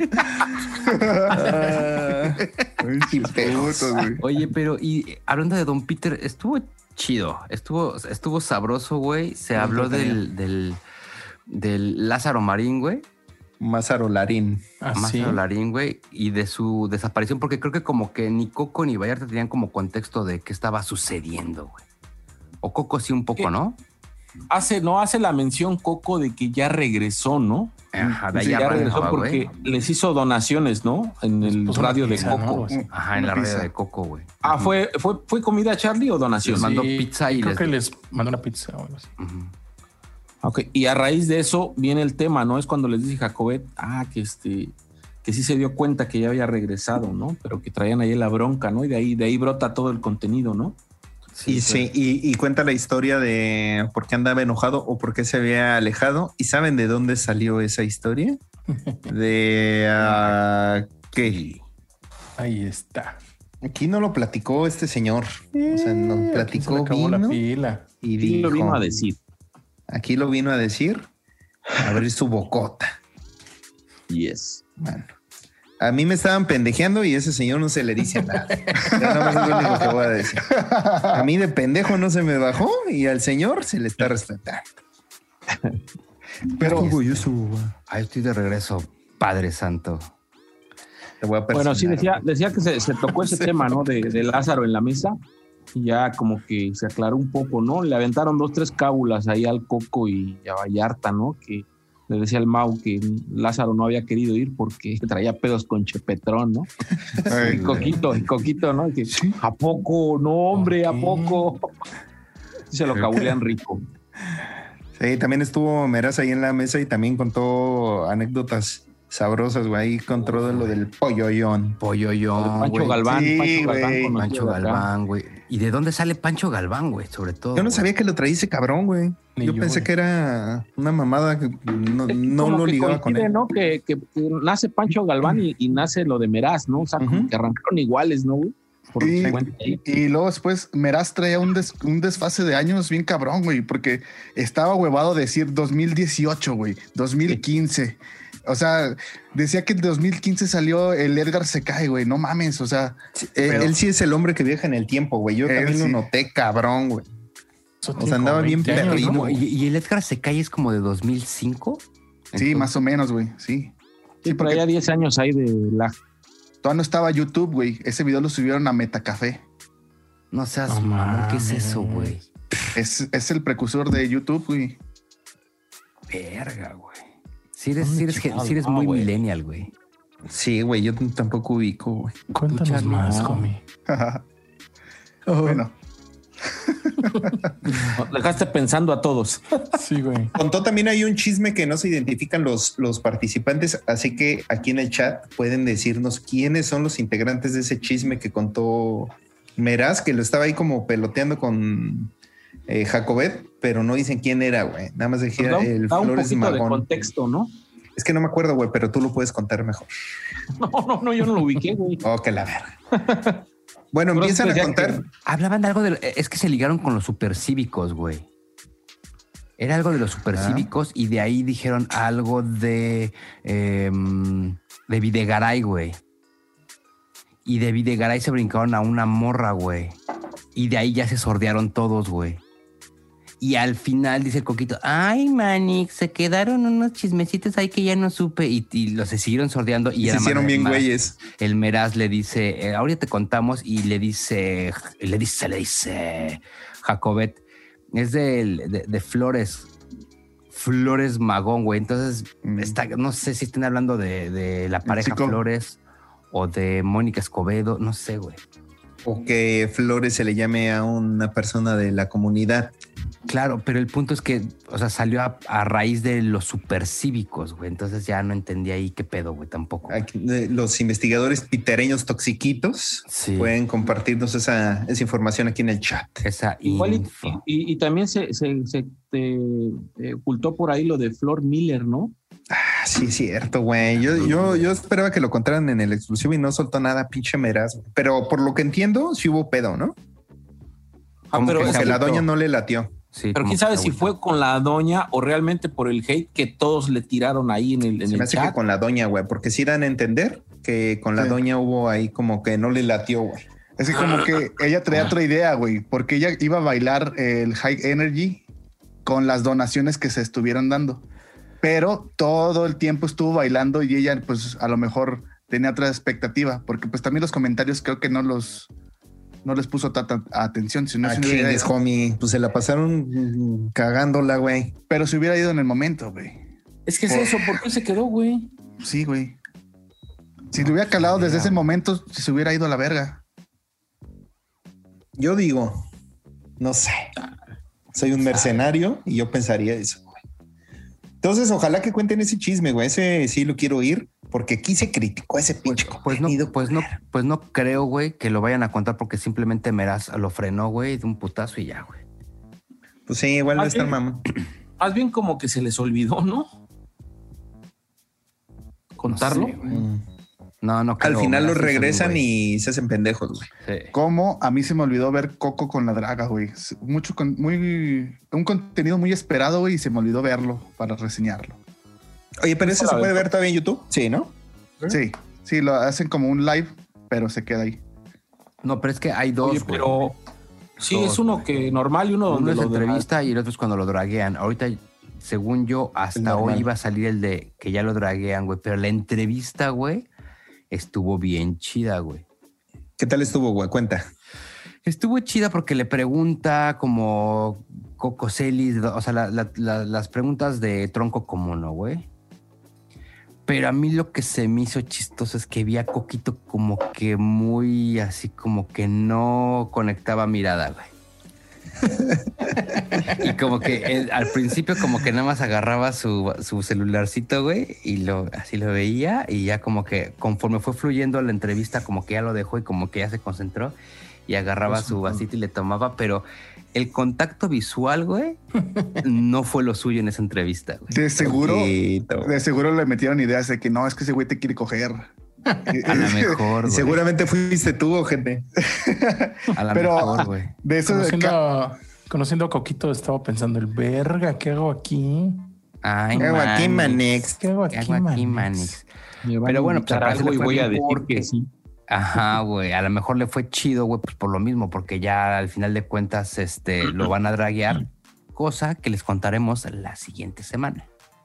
Ah, Ay, putos, güey. Oye, pero y hablando de Don Peter, estuvo chido, estuvo, estuvo sabroso, güey. Se No, habló pero del, del, del Lázaro Marín, güey. Mazaro Larín. Así. Lázaro Larín, güey, y de su desaparición, porque creo que como que ni Coco ni Vallarta tenían como contexto de qué estaba sucediendo, güey. O Coco sí un poco, ¿Qué? ¿no? Hace, no hace la mención Coco de que ya regresó, ¿no? Ajá, de ahí Sí, ya regresó arrancaba, porque güey. les hizo donaciones, ¿no? En el puso una radio de pizza, ¿no? Coco. Algo así. Ajá, en Una la radio pizza. de Coco, güey. Ah, Ujú. ¿fue, fue, ¿fue comida Charlie o donación? Les mandó pizza y creo les- que les mandó una pizza o algo así. Ujú. Ok, y a raíz de eso viene el tema, ¿no? Es cuando les dice Jacobet, ah, que este, que sí se dio cuenta que ya había regresado, ¿no? Pero que traían ahí la bronca, ¿no? Y de ahí, de ahí brota todo el contenido, ¿no? y sí, y, y cuenta la historia de por qué andaba enojado o por qué se había alejado. ¿Y saben de dónde salió esa historia? De uh, ¿qué? Ahí está. Aquí no lo platicó este señor. O sea, nos Eh, platicó, aquí se le acabó vino la pila. y Sí dijo, lo vino a decir. Aquí lo vino a decir, a abrir su bocota. Yes. Bueno, a mí me estaban pendejeando y ese señor no se le dice nada. Ya nada más es lo único que voy a decir. A mí de pendejo no se me bajó y al señor se le está respetando. Pero Ahí estoy de regreso, Padre Santo. Te voy a Bueno, sí, persignar. decía, decía que se, se tocó ese tema, ¿no? De, de Lázaro en la mesa y ya como que se aclaró un poco, ¿no? Le aventaron dos, tres cábulas ahí al Coco y a Vallarta, ¿no? Que le decía al Mau que Lázaro no había querido ir porque traía pedos con Chepetrón, ¿no? Ay, y Coquito, y Coquito, ¿no? Y que, ¿a poco? No, hombre, ¿a poco? Sí, se lo cabulean rico. Sí, también estuvo Meraz ahí en la mesa y también contó anécdotas sabrosas, güey. Ahí contó lo del polloyón. Pollo yo, Pancho güey. Galván, Sí, Pancho Galván, güey. conocido Pancho de acá. Galván, güey. ¿Y de dónde sale Pancho Galván, güey? Sobre todo. Yo no güey. sabía que lo traía ese cabrón, güey. Ni Yo yo, pensé güey. que era una mamada que no, Es que no como lo que ligaba con coincide, él. ¿no? Que, que, que nace Pancho Galván y, y nace lo de Meraz, ¿no? O sea, como Ujú. que arrancaron iguales, ¿no, güey? Por lo que Y, cuenta ahí. y luego después Meraz traía un, des- un desfase de años bien cabrón, güey, porque estaba huevado decir dos mil dieciocho, güey, dos mil quince. O sea, decía que en dos mil quince salió el Edgar se cae, güey, no mames, o sea, Eh, pero- él sí es el hombre que viaja en el tiempo, güey. Yo Él también lo sí. noté cabrón, güey. Eso O tiene sea, andaba como bien veinte años, perdido. ¿no? ¿Cómo? ¿Y, y el Edgar se cae es como de dos mil cinco? sí, más o menos, güey, sí. Sí, Sí, porque traía diez años ahí de la... todavía no estaba YouTube, güey. Ese video lo subieron a Metacafé. No seas No mamón, ¿qué es mames. eso, güey? Es, es el precursor de YouTube, güey. Verga, güey. Si eres, ¿Dónde sí eres, ge- chingados sí eres va, muy güey? millennial, güey. Sí, güey, yo t- tampoco ubico, güey. Cuéntanos Escucha, más, no. homie. Bueno, Dejaste pensando a todos. Sí, güey. Contó también hay un chisme que no se identifican los, los participantes, así que aquí en el chat pueden decirnos quiénes son los integrantes de ese chisme que contó Meraz, que lo estaba ahí como peloteando con eh, Jacobet, pero no dicen quién era, güey. Nada más decía Da un, el da un Flores poquito de Magón. contexto, ¿no? Es que no me acuerdo, güey, pero tú lo puedes contar mejor. No, no, no, yo no lo ubiqué, güey. Oh, que la verga. Bueno, Pero empiezan a decía contar. Hablaban de algo de... Es que se ligaron con los supercívicos, güey. Era algo de los supercívicos y de ahí dijeron algo de... eh, de Videgaray, güey. Y de Videgaray se brincaron a una morra, güey. Y de ahí ya se sordearon todos, güey. Y al final dice el Coquito, ay, Manix, se quedaron unos chismecitos ahí que ya no supe. Y, y los se siguieron sordeando. Y, Y se era hicieron más- bien más- güeyes. El Meraz le dice, eh, ahorita te contamos, y le dice, le dice, le dice Jacobet, es de, de, de Flores, Flores Magón, güey. Entonces, Mm. está, no sé si están hablando de, de la pareja chico. Flores o de Mónica Escobedo, no sé, güey. O que Flores se le llame a una persona de la comunidad. Claro, pero el punto es que, o sea, salió a, a raíz de los supercívicos, güey. Entonces ya no entendí ahí qué pedo, güey, tampoco. Aquí, eh, los investigadores pitereños toxiquitos Sí. pueden compartirnos esa, esa información aquí en el chat. Esa Igual y, info. y, y también se, se, se te, eh, ocultó por ahí lo de Flor Miller, ¿no? Ah, sí, es cierto, güey. Yo, yo, yo esperaba que lo contaran en el exclusivo y no soltó nada, pinche Meraz. güey. Pero por lo que entiendo, sí hubo pedo, ¿no? Ah, Como pero que Como se que la agüitó. doña no le latió. Sí, Pero como quién que sabe se si agüitó. fue con la doña o realmente por el hate que todos le tiraron ahí en el, en Se el me hace chat. que con la doña, güey, porque sí dan a entender que con la Sí. doña hubo ahí como que no le latió, güey. es que como que ella traía otra idea, güey, porque ella iba a bailar el High Energy con las donaciones que se estuvieran dando. Pero todo el tiempo estuvo bailando y ella, pues, a lo mejor tenía otra expectativa, porque pues también los comentarios creo que no los no les puso tanta atención. Si no, ¿A se hubiera quién es, ido- homie? Pues se la pasaron mm, cagándola, güey. pero se hubiera ido en el momento, güey. Es que es Por- eso, ¿por qué se quedó, güey? Sí, güey. Si lo hubiera calado desde ese momento, si se hubiera ido a la verga. Yo digo, no sé. Soy un mercenario y yo pensaría eso, güey. Entonces, ojalá que cuenten ese chisme, güey. Ese sí lo quiero oír, porque aquí se criticó ese pinche Pues no, contenido, pues no, pues no creo, güey, que lo vayan a contar porque simplemente Meraz lo frenó, güey, de un putazo y ya, güey. Pues sí, igual va a Ah, estar sí. mamá. Más bien como que se les olvidó, ¿no? contarlo. No sé, güey. No, no creo. Al final me los la hizo, regresan güey. y se hacen pendejos, güey. Sí. Como a mí se me olvidó ver Coco con la draga, güey. Mucho con, muy, un contenido muy esperado, güey, y se me olvidó verlo para reseñarlo. Oye, pero ese se puede ver todavía en YouTube. Sí, ¿no? Sí, sí, lo hacen como un live, pero se queda ahí. No, pero es que hay dos, Oye, güey. pero sí, Dos, es uno güey. que normal y uno Uno donde es lo entrevista y el otro es cuando lo draguean. Ahorita, según yo, hasta normal. hoy iba a salir el de que ya lo draguean, güey. Pero la entrevista, güey, estuvo bien chida, güey. ¿Qué tal estuvo, güey? Cuenta. Estuvo chida porque le pregunta como Coco Celis, o sea, la- la- la- las preguntas de tronco común, ¿no, güey? Pero a mí lo que se me hizo chistoso es que vi a Coquito como que muy así, como que no conectaba mirada, güey. Y como que él, al principio como que nada más agarraba su, su celularcito, güey, y lo, así lo veía y ya como que conforme fue fluyendo la entrevista como que ya lo dejó y como que ya se concentró y agarraba su vasito y le tomaba, pero el contacto visual, güey, no fue lo suyo en esa entrevista, güey. De seguro, Poquito. de seguro le metieron ideas de que no, es que ese güey te quiere coger. A lo mejor, Y güey. seguramente fuiste tú, gente. A lo Pero- mejor, güey. De eso de Conociendo, ca- a, conociendo a Coquito, estaba pensando, el verga, ¿qué hago aquí? Ay, ¿Qué hago aquí, Manix. Manex? ¿Qué hago ¿Qué aquí, hago aquí, Manix? Manix? Me van Pero a bueno, invitar pues, al algo y parecer le fue voy a bien decir porque- que sí. Ajá, güey. A lo mejor le fue chido, güey, pues por lo mismo, porque ya al final de cuentas este, lo van a draguear, cosa que les contaremos la siguiente semana.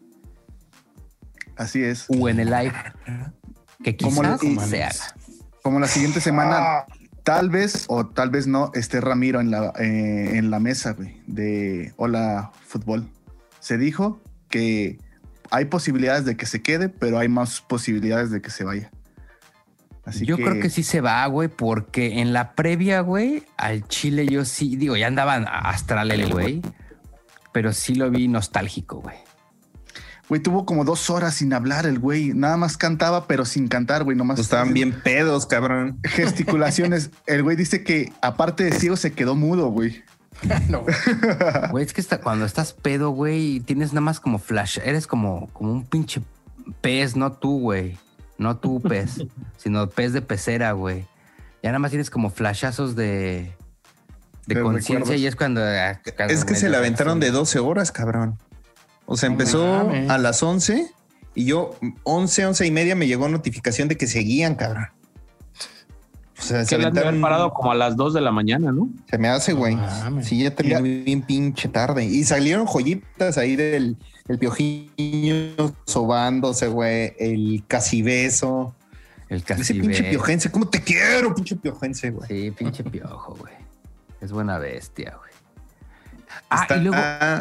así es. O en el live, que ¿Cómo quizás le- se haga. Como la siguiente semana, tal vez o tal vez no esté Ramiro en la, eh, en la mesa, güey, de Hola Fútbol. Se dijo que hay posibilidades de que se quede, pero hay más posibilidades de que se vaya. Así Yo creo que sí se va, güey, porque en la previa, güey, al Chile yo sí, digo, ya andaban astral el güey, pero sí lo vi nostálgico, güey. Güey, tuvo como dos horas sin hablar el güey. Nada más cantaba, pero sin cantar, güey. Nomás Pues estaban bien pedos, cabrón. gesticulaciones. El güey dice que aparte de ciego se quedó mudo, güey. No, Güey, es que está- cuando estás pedo, güey, tienes nada más como flash, eres como, como un pinche pez, no tú, güey. No tú, pez, sino pez de pecera, güey. Ya nada más tienes como flashazos de, de De conciencia recuerdos. y es cuando... ah, cuando Es que me se la dio aventaron así. de doce horas, cabrón. O sea, No empezó mames. a las once y yo once, once y media me llegó notificación de que seguían, cabrón. O sea, se Que le han de haber aventaron. parado como a las dos de la mañana, ¿no? Se me hace, güey. No mames. Sí, ya terminó Ya. bien pinche tarde. Y salieron joyitas ahí del el Piojinho sobándose, güey. El casi beso. El Ese casi pinche ve. piojense. ¿Cómo te quiero, pinche piojense, güey? Sí, pinche piojo, güey. Es buena bestia, güey. Ah, Está- y luego...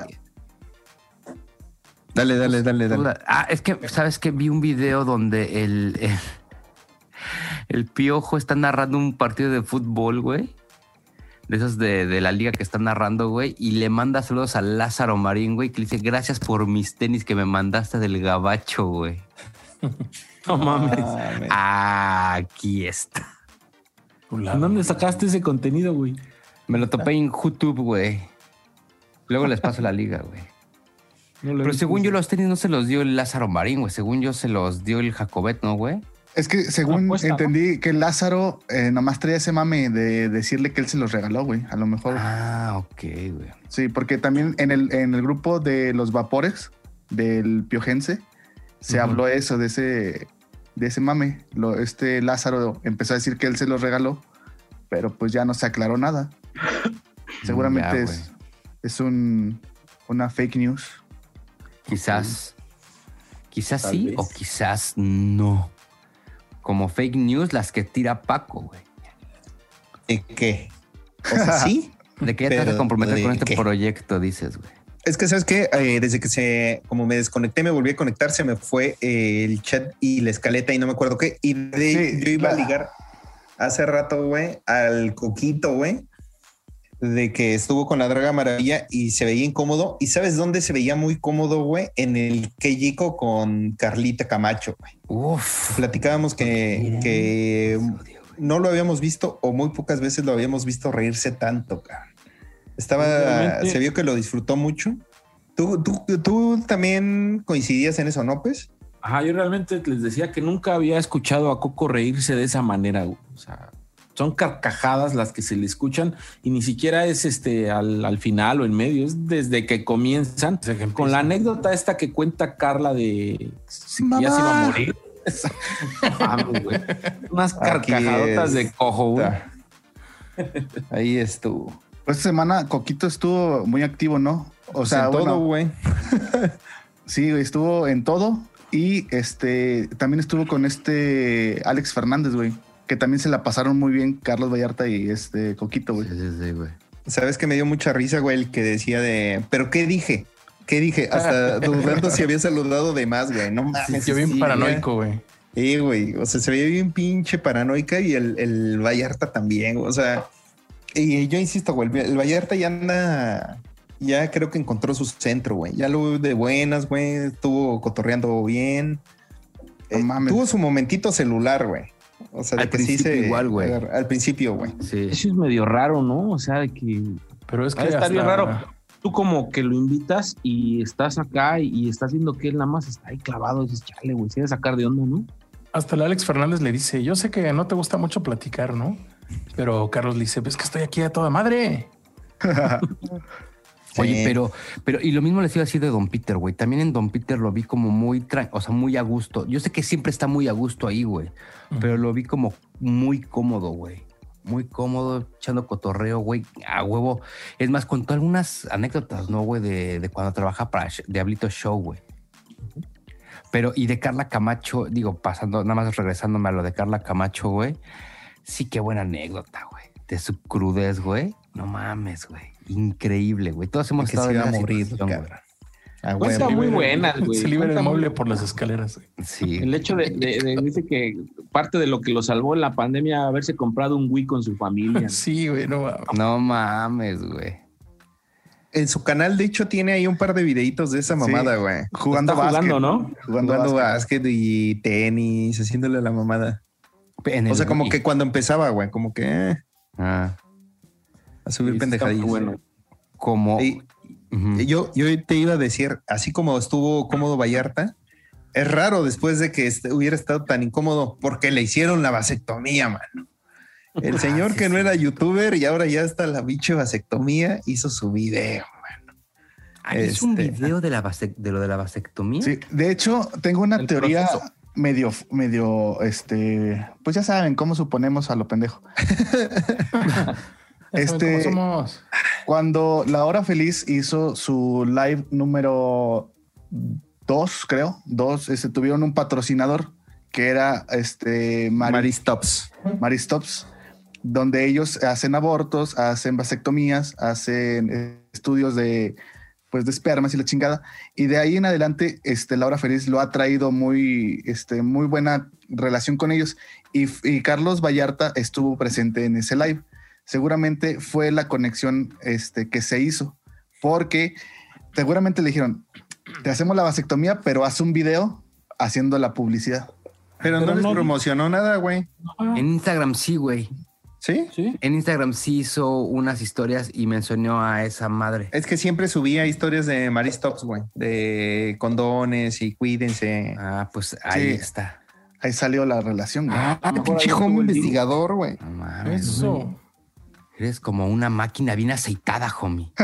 Dale, dale, dale, dale. Ah, es que, ¿sabes qué? Vi un video donde el, el, el piojo está narrando un partido de fútbol, güey. De esos de, de la liga que está narrando, güey. Y le manda saludos a Lázaro Marín, güey. Que le dice, gracias por mis tenis que me mandaste del gabacho, güey. No mames. Ah, me- Ah, aquí está. chulada. ¿Dónde sacaste ese contenido, güey? Me lo topé en YouTube, güey. Luego les paso la liga, güey. No lo he Pero visto. según yo, los tenis no se los dio el Lázaro Marín, güey. Según yo, se los dio el Jacobet, ¿no, güey? Es que según Apuesta, ¿no? entendí que Lázaro eh, nomás traía ese mame de decirle que él se los regaló, güey. A lo mejor. Ah, ok, güey. Sí, porque también en el, en el grupo de los vapores del Piojense se Ujú. habló eso, de ese, de ese mame. Lo, este Lázaro empezó a decir que él se los regaló, pero pues ya no se aclaró nada. Seguramente Ya, es, es un, una fake news. Quizás. Quizás Tal sí vez. o quizás no. Como fake news las que tira Paco, güey. ¿De qué? O sea, sí. De que ya te vas a Pero, comprometer ¿de con este qué? proyecto, dices, güey. Es que, ¿sabes qué? Eh, desde que se, como me desconecté, me volví a conectar, se me fue eh, el chat y la escaleta y no me acuerdo qué. Y de, Sí, yo iba a claro. ligar hace rato, güey, al Coquito, güey, de que estuvo con la Draga Maravilla y se veía incómodo. ¿Y sabes dónde se veía muy cómodo, güey? En el Kejico con Carlita Camacho, güey. Uf. Platicábamos que, que no lo habíamos visto o muy pocas veces lo habíamos visto reírse tanto, cabrón. Estaba, Realmente- se vio que lo disfrutó mucho. ¿Tú, tú, tú también coincidías en eso, ¿no, pues? Ajá, yo realmente les decía que nunca había escuchado a Coco reírse de esa manera, güey. O sea, son carcajadas las que se le escuchan y ni siquiera es este al, al final o en medio, es desde que comienzan. Desde que con la anécdota esta que cuenta Carla de que ya se iba a morir. Mames, güey. Unas carcajadotas de cojo, güey. Ahí estuvo. Pues esta semana Coquito estuvo muy activo, ¿no? O Pues sea, en todo, bueno, güey. sí, güey, estuvo en todo. Y este también estuvo con este Alex Fernández, güey, que también se la pasaron muy bien Carlos Vallarta y este Coquito, güey. Sí, sí, sí, güey. ¿Sabes que me dio mucha risa, güey? El que decía de, ¿pero qué dije? ¿Qué dije? Hasta dudando si había saludado de más, güey. No mames. Yo bien sí, paranoico, güey. Sí, güey. O sea, se veía bien pinche paranoica y el, el Vallarta también. O sea, y yo insisto, güey, el Vallarta ya anda, ya creo que encontró su centro, güey. Ya lo veo de buenas, güey. Estuvo cotorreando bien. No Eh, mames. tuvo su momentito celular, güey. O sea, de Al que sí principio se igual, güey. agarra- Al principio, güey. Sí. Eso es medio raro, ¿no? O sea, de que Pero es que ha de estar hasta- bien raro. Tú como que lo invitas y estás acá y, y estás viendo que él nada más está ahí clavado. Dices, chale, güey, se debe sacar de onda, ¿no? Hasta el Alex Fernández le dice, yo sé que no te gusta mucho platicar, ¿no? Pero Carlos le dice, ves que estoy aquí a toda madre. Oye, Sí. pero, pero, y lo mismo les iba a decir de Don Peter, güey. También en Don Peter lo vi como muy, tra- o sea, muy a gusto. Yo sé que siempre está muy a gusto ahí, güey. Pero lo vi como muy cómodo, güey. Muy cómodo, echando cotorreo, güey, a huevo. Es más, contó algunas anécdotas, ¿no, güey? De, de cuando trabaja para Sh- Diablito Show, güey. Pero, y de Carla Camacho, digo, pasando, nada más regresándome a lo de Carla Camacho, güey. Sí, qué buena anécdota, güey. De su crudez, güey. No mames, güey. Increíble, güey. Todos hemos Que estado se en iba a esa morir, situación, güey. cabrón. A Cuenta huevo. muy buenas, güey. Se libera el Cuenta muy- mueble por las escaleras, güey. Sí. El hecho de, de- de- dice que parte de lo que lo salvó en la pandemia haberse comprado un Wii con su familia. Sí, güey, no mames. No mames, güey. En su canal, de hecho, tiene ahí un par de videitos de esa Sí. mamada, güey. Jugando Está jugando, básquet. ¿no? Jugando, Jugando básquet. básquet y tenis, haciéndole la mamada. En O el sea, como Wii. que cuando empezaba, güey, como que eh, Ah, a subir Sí, está pendejadillas. muy bueno. como... Y- Ujú. y yo, yo te iba a decir, así como estuvo cómodo Vallarta, es raro después de que este- hubiera estado tan incómodo porque le hicieron la vasectomía, mano. El señor Ah, sí, que no sí. era youtuber y ahora ya está la biche vasectomía, hizo su video. Ah, ¿es un este- video de, la vasec- de lo de la vasectomía? Sí, de hecho, tengo una El teoría proceso. medio, medio, este, pues ya saben cómo suponemos a lo pendejo. Ya saben Este- cómo somos. Cuando La Hora Feliz hizo su live número dos, creo, dos, este, tuvieron un patrocinador que era este Mari- Maristops. Maristops, donde ellos hacen abortos, hacen vasectomías, hacen eh, estudios de, pues, de espermas y la chingada. Y de ahí en adelante, este, Laura Feliz lo ha traído muy, este, muy buena relación con ellos. Y, y Carlos Vallarta estuvo presente en ese live. Seguramente fue la conexión este, que se hizo, porque seguramente le dijeron, te hacemos la vasectomía, pero haz un video haciendo la publicidad. Pero, Pero no les no- promocionó nada, güey. En Instagram sí, güey. ¿Sí? Sí. En Instagram sí hizo unas historias y mencionó a esa madre. Es que siempre subía historias de Maristops, güey. De condones y cuídense. Ah, pues ahí Sí. está. Ahí salió la relación. güey. Ah, mejor pinche ahí home estuvo el investigador, güey. No mames. Eso. Eres como una máquina bien aceitada, homie.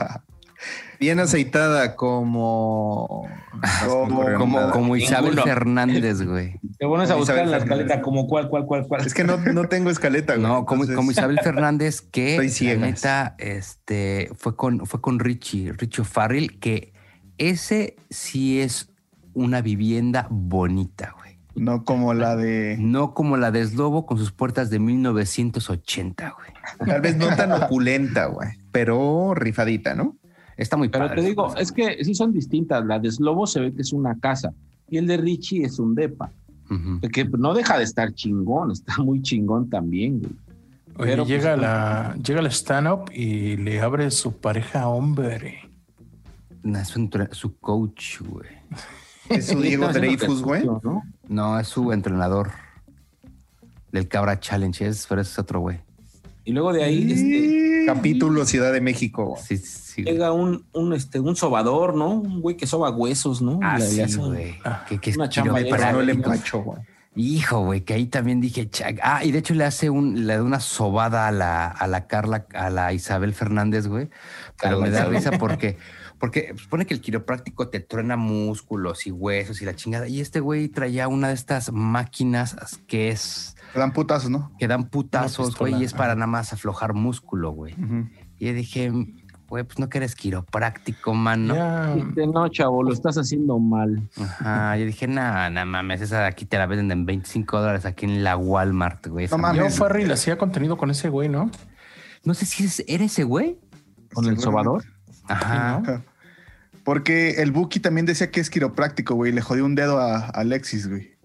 Bien aceitada como... Como- Como, como Isabel Ninguno. Fernández, güey. Te pones a Como buscar en la Isabel escaleta Fernández. como cuál, cuál, cuál, cuál. Es que no, no tengo escaleta, güey. No, como, Entonces- como Isabel Fernández, que Estoy la ciegas. neta, este, fue con, fue con Richie, Richie Farrell, que ese sí es una vivienda bonita, güey. No como la de... No como la de Slobo con sus puertas de mil novecientos ochenta, güey. Tal vez no tan opulenta, güey. Pero rifadita, ¿no? Está muy Pero padre. te digo, es que sí son distintas. La de Slobo se ve que es una casa y el de Richie es un depa. Ujú. Que no deja de estar chingón, está muy chingón también, güey. Oye, Pero, llega, pues, la, llega la stand-up y le abre su pareja hombre. No, es su, entre- su coach, güey. Es su Diego Está haciendo Dreyfus, güey. ejercicio, ¿no? No, es su entrenador del Cabra Challenge, es, pero ese es otro güey. Y luego de ahí este, Capítulo Ciudad de México, güey. Sí, sí. llega un, un, este, un sobador, ¿no? Un güey que soba huesos, ¿no? Ah, Le- le sí, hace un- güey. Que, que una es chamba ahí, Pero no el ¿no? empacho, güey. Hijo, güey, que ahí también dije, cha- ah, y de hecho le hace un, le da una sobada a la, a la Carla, a la Isabel Fernández, güey. Pero Carla me da Isabel. risa porque, porque supone que el quiropráctico te truena músculos y huesos y la chingada. Y este güey traía una de estas máquinas que es, Te dan putazos, ¿no? que dan putazos, pistola, güey, y es para ajá. nada más aflojar músculo, güey. Ujú. Y yo dije, güey, pues no que eres quiropráctico, mano. Ya, Dijiste, no, chavo, lo estás haciendo mal. Ajá, yo dije, nah, nah mames, esa de aquí te la venden en veinticinco dólares aquí en la Walmart, güey. Esa No madre. Yo mames. Farrell hacía contenido con ese güey, ¿no? No sé si es, ¿era ese güey? Con el sobador. Ajá. Sí, ¿no? Porque el Buki también decía que es quiropráctico, güey. Le jodió un dedo a, a Alexis, güey.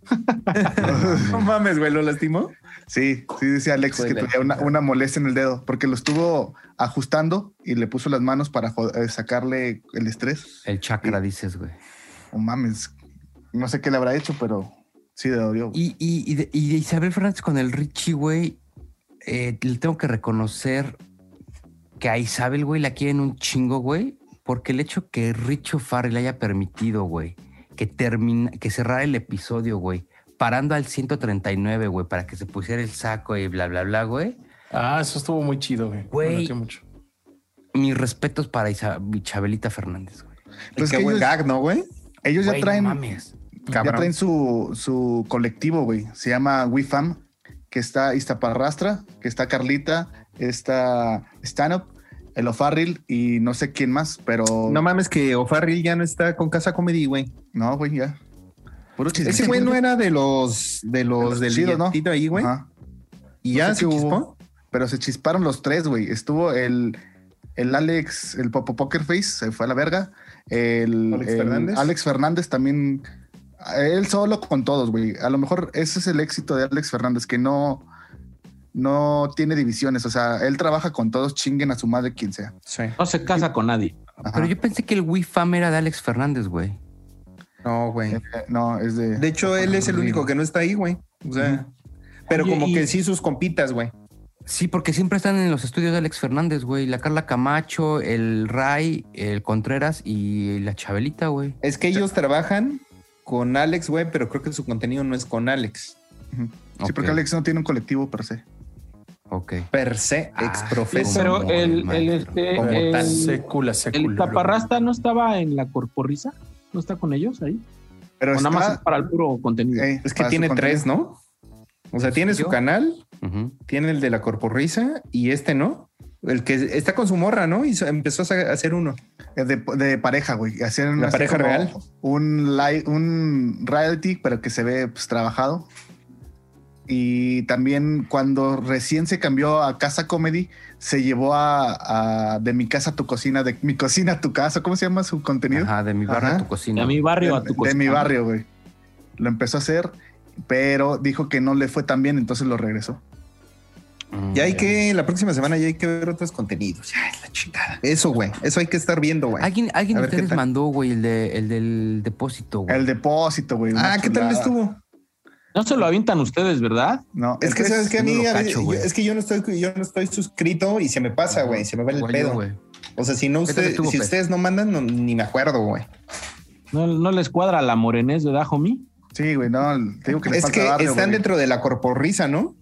No mames, güey, ¿lo lastimó? Sí, sí decía Alexis que Joder. tenía una, una molestia en el dedo porque lo estuvo ajustando y le puso las manos para jo- eh, sacarle el estrés. El chakra, dices, güey. Oh mames, no sé qué le habrá hecho, pero sí le dolió. güey. Y, y, y, de, y de Isabel Fernández con el Richie, güey, eh, le tengo que reconocer que a Isabel, güey, la quieren un chingo, güey, porque el hecho que Richo Farrell haya permitido, güey, que termina, que cerrara el episodio, güey, parando al ciento treinta y nueve, güey, para que se pusiera el saco y bla, bla, bla, güey. Ah, eso estuvo muy chido, güey. Güey. Me latió mucho. Mis respetos para Isa- Chabelita Fernández, güey. Pues Qué que buen ellos, gag, ¿no, güey? ellos ya Güey, traen, no mames. ya Cabrón. traen su, su colectivo, güey. Se llama WeFam, que está Iztaparrastra, que está Carlita, está Stanop, el O'Farrill y no sé quién más, pero No mames que O'Farrill ya no está con Casa Comedy, güey. no, güey, ya. Puro chisme. Ese güey no era de los de los los del chidos, ¿no? billetito ahí, güey. Ajá. Y No ya sé se qué chispó. hubo, pero se chisparon los tres, güey. Estuvo el, el Alex, el Popo Poker Face, se fue a la verga. El Alex el Fernández. Alex Fernández también, él solo con todos, güey. A lo mejor ese es el éxito de Alex Fernández, que no, no tiene divisiones. O sea, él trabaja con todos, chinguen a su madre quien sea. Sí. No se casa con nadie. Ajá. Pero yo pensé que el WeFam era de Alex Fernández, güey. No, güey. Eh, no, es de... De hecho, él es el único que no está ahí, güey. O sea, pero Oye, como y- que sí sus compitas, güey. Sí, porque siempre están en los estudios de Alex Fernández, güey. La Carla Camacho, el Ray, el Contreras y la Chabelita, güey. Es que ellos trabajan con Alex, güey, pero creo que su contenido no es con Alex. Ujú. Sí, Ok. porque Alex no tiene un colectivo per se. Ok. Per se, Ah, ex Sí, profeso. pero Como el, el el, maestro. este, Como el, tal. Secula, secula. el taparrasta no estaba en la corporrisa. ¿No está con ellos ahí? Pero O nada más está- es para el puro contenido. eh, Es que para su tiene contenido. tres, ¿no? O sea, tiene su ¿Yo? canal, Ujú. tiene el de la corporrisa y este, ¿no? El que está con su morra, ¿no? Y so- empezó a sa- a hacer uno. Es de, de pareja, güey. Hacer La así pareja como real. Un, li- un reality, pero que se ve pues, trabajado. Y también cuando recién se cambió a Casa Comedy, se llevó a, a De mi casa a tu cocina, de mi cocina a tu casa. ¿Cómo se llama su contenido? Ajá, de mi barrio Ajá. a tu cocina. De mi barrio a de, tu de cocina. mi barrio, güey. Lo empezó a hacer, pero dijo que no le fue tan bien, entonces lo regresó. Mm, Ya hay que, la próxima semana ya hay que ver otros contenidos. Ya es la chingada. Eso, güey. Eso hay que estar viendo, güey. Alguien, alguien A de ver qué ustedes tal. mandó, güey, el, de, el del depósito, güey. El depósito, güey. una Ah, ¿qué tal chulada. estuvo? No se lo avientan ustedes, ¿verdad? No, Es que entonces, sabes que a yo no mí lo a cacho, veces- güey. yo- es que yo no estoy yo no estoy suscrito y se me pasa, güey, se me va el Igual yo, pedo. güey. O sea, si no ¿Qué tal ustedes estuvo, si Pez? ustedes no mandan no- ni me acuerdo, güey. No, no les cuadra la morenés, ¿verdad, homie? Sí, güey, no, te digo que le Es falta que barrio, están güey. dentro de la corporrisa, ¿no?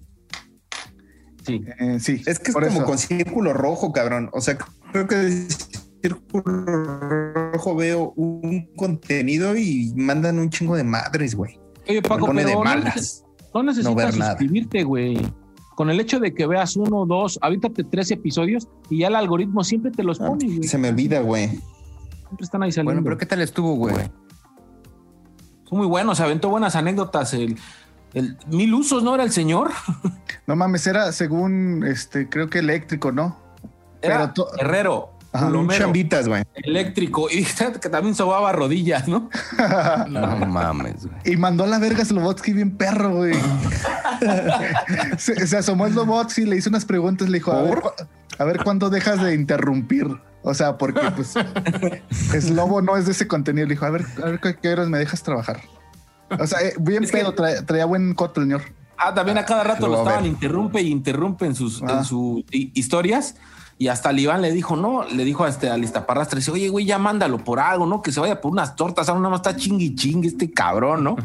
Sí. Eh, sí, Es que es por como eso. con círculo rojo, cabrón. O sea, creo que de círculo rojo veo un contenido y mandan un chingo de madres, güey. Oye, Me Paco, pone de pero no, malas. neces- no necesitas ver nada. suscribirte, güey. Con el hecho de que veas uno, dos, avítate tres episodios y ya el algoritmo siempre te los Ah, pone, güey. se me olvida, güey. Siempre están ahí saliendo. Bueno, pero ¿qué tal estuvo, güey? Son muy buenos, se aventó buenas anécdotas. El, el mil usos, ¿no era el señor? No mames, era según, este, creo que eléctrico, ¿no? Era Pero to- herrero, Ajá, Un plomero, chambitas, güey. eléctrico y que también sobaba rodillas, ¿no? No mames, güey. Y mandó a la verga Slobotsky bien perro, güey. se, se asomó Slobotsky, le hizo unas preguntas, le dijo, a ver, cu- a ver cuándo dejas de interrumpir. O sea, porque pues Slobo no es de ese contenido. Le dijo, a ver, a ver qué qué horas me dejas trabajar. O sea, eh, bien Es que- pedo, traía, traía buen coto el señor. Ah, también a cada rato Lo lo voy a estaban ver. interrumpe y interrumpe en sus, Ah. en sus hi- historias. Y hasta el Iván le dijo, no, le dijo a este al Iztaparrastre, dice, oye, güey, ya mándalo por algo, ¿no? Que se vaya por unas tortas, ahora nada más está chingui chingue este cabrón, ¿no?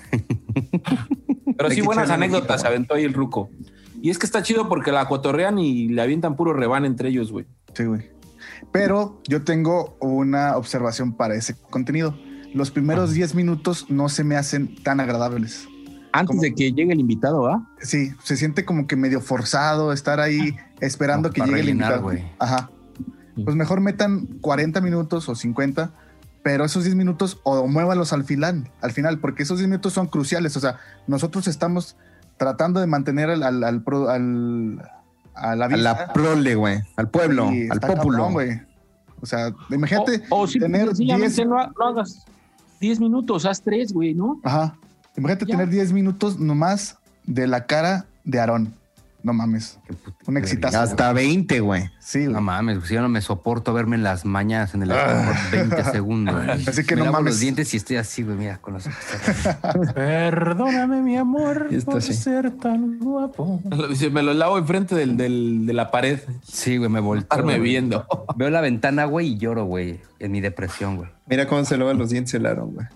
Pero Hay sí, que buenas echarle anécdotas, ojito, se aventó ahí el ruco. Y es que está chido porque la cotorrean y le avientan puro rebán entre ellos, güey. Sí, güey. Pero yo tengo una observación para ese contenido. Los primeros diez minutos no se me hacen tan agradables. Antes ¿Cómo? de que llegue el invitado, ¿ah? Sí, se siente como que medio forzado estar ahí esperando Como que para llegue el rellenar, invitado. güey. Ajá. Pues mejor metan cuarenta minutos o cincuenta, pero esos diez minutos o muévalos al final, al final, porque esos diez minutos son cruciales. O sea, nosotros estamos tratando de mantener al, al, al, pro- al- a la A vista. la prole, güey. Al pueblo, y al está pópulo. cabrón, güey. O sea, imagínate O, o sí, tener sencillamente diez. no, ha- no hagas diez minutos, haz tres, güey, ¿no? Ajá. Imagínate Ya. tener diez minutos nomás de la cara de Aarón. No mames. Qué puto Un exitazo. verga. Hasta veinte, güey. Sí, güey. No mames, pues yo no me soporto verme en las mañanas en el espejo por veinte segundos. güey. Así que me no lavo mames. los dientes y estoy así, güey, mira, con los ojos cerrados. Perdóname, mi amor, Esto por sí. ser tan guapo. Dice, me lo lavo enfrente del, del, de la pared, Sí, güey, me volteo. estarme güey. viendo. Veo la ventana, güey, y lloro, güey, en mi depresión, güey. Mira cómo se lava los dientes el Aaron, güey.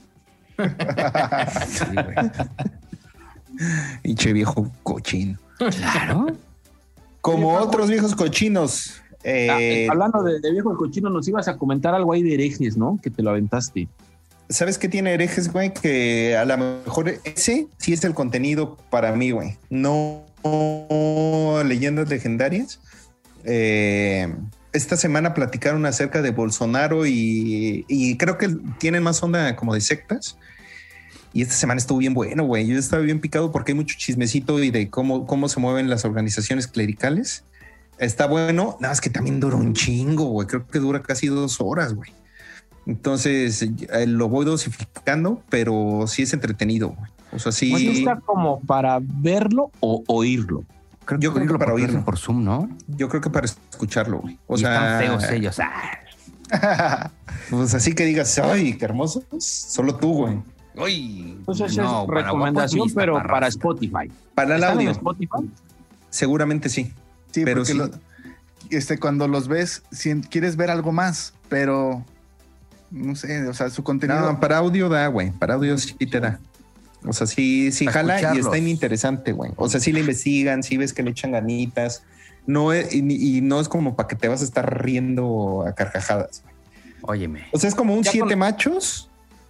Sí, güey. Pinche viejo cochino. Claro. Como Oye, Paco. otros viejos cochinos. eh, Ah, hablando de, de viejo cochino, nos ibas a comentar algo ahí de herejes, ¿no? Que te lo aventaste. ¿Sabes qué tiene herejes, güey? Que a lo mejor ese sí es el contenido para mí, güey. No leyendas legendarias. Eh, esta semana platicaron acerca de Bolsonaro y, y creo que tienen más onda como de sectas. Y esta semana estuvo bien bueno, güey. Yo estaba bien picado porque hay mucho chismecito y de cómo, cómo se mueven las organizaciones clericales. Está bueno, nada más que también dura un chingo, güey. Creo que dura casi dos horas, güey. Entonces eh, lo voy dosificando, pero sí es entretenido, güey. O sea, sí. Pues está como para verlo o oírlo. Creo Yo creo que para porque lo hacen oírlo. por Zoom, ¿no? Yo creo que para escucharlo, güey. O Y sea, están feos ellos. Ah. pues así que digas, ay, qué hermosos. Solo tú, güey. Uy, Pues esa no, es para recomendación, guapos ni pero taparrasca. para Spotify. Para el ¿Están en audio, Spotify? seguramente sí. Sí, Pero porque sí. lo- este, cuando los ves, si quieres ver algo más, pero no sé, o sea, su contenido. No, para audio da, güey. Para audio sí te da. O sea, sí, sí Para jala y escucharlos. está interesante, güey. O sea, sí le investigan, sí ves que le echan ganitas. No es, y, y no es como para que te vas a estar riendo a carcajadas, güey. Óyeme. O sea, es como un Ya siete con- machos,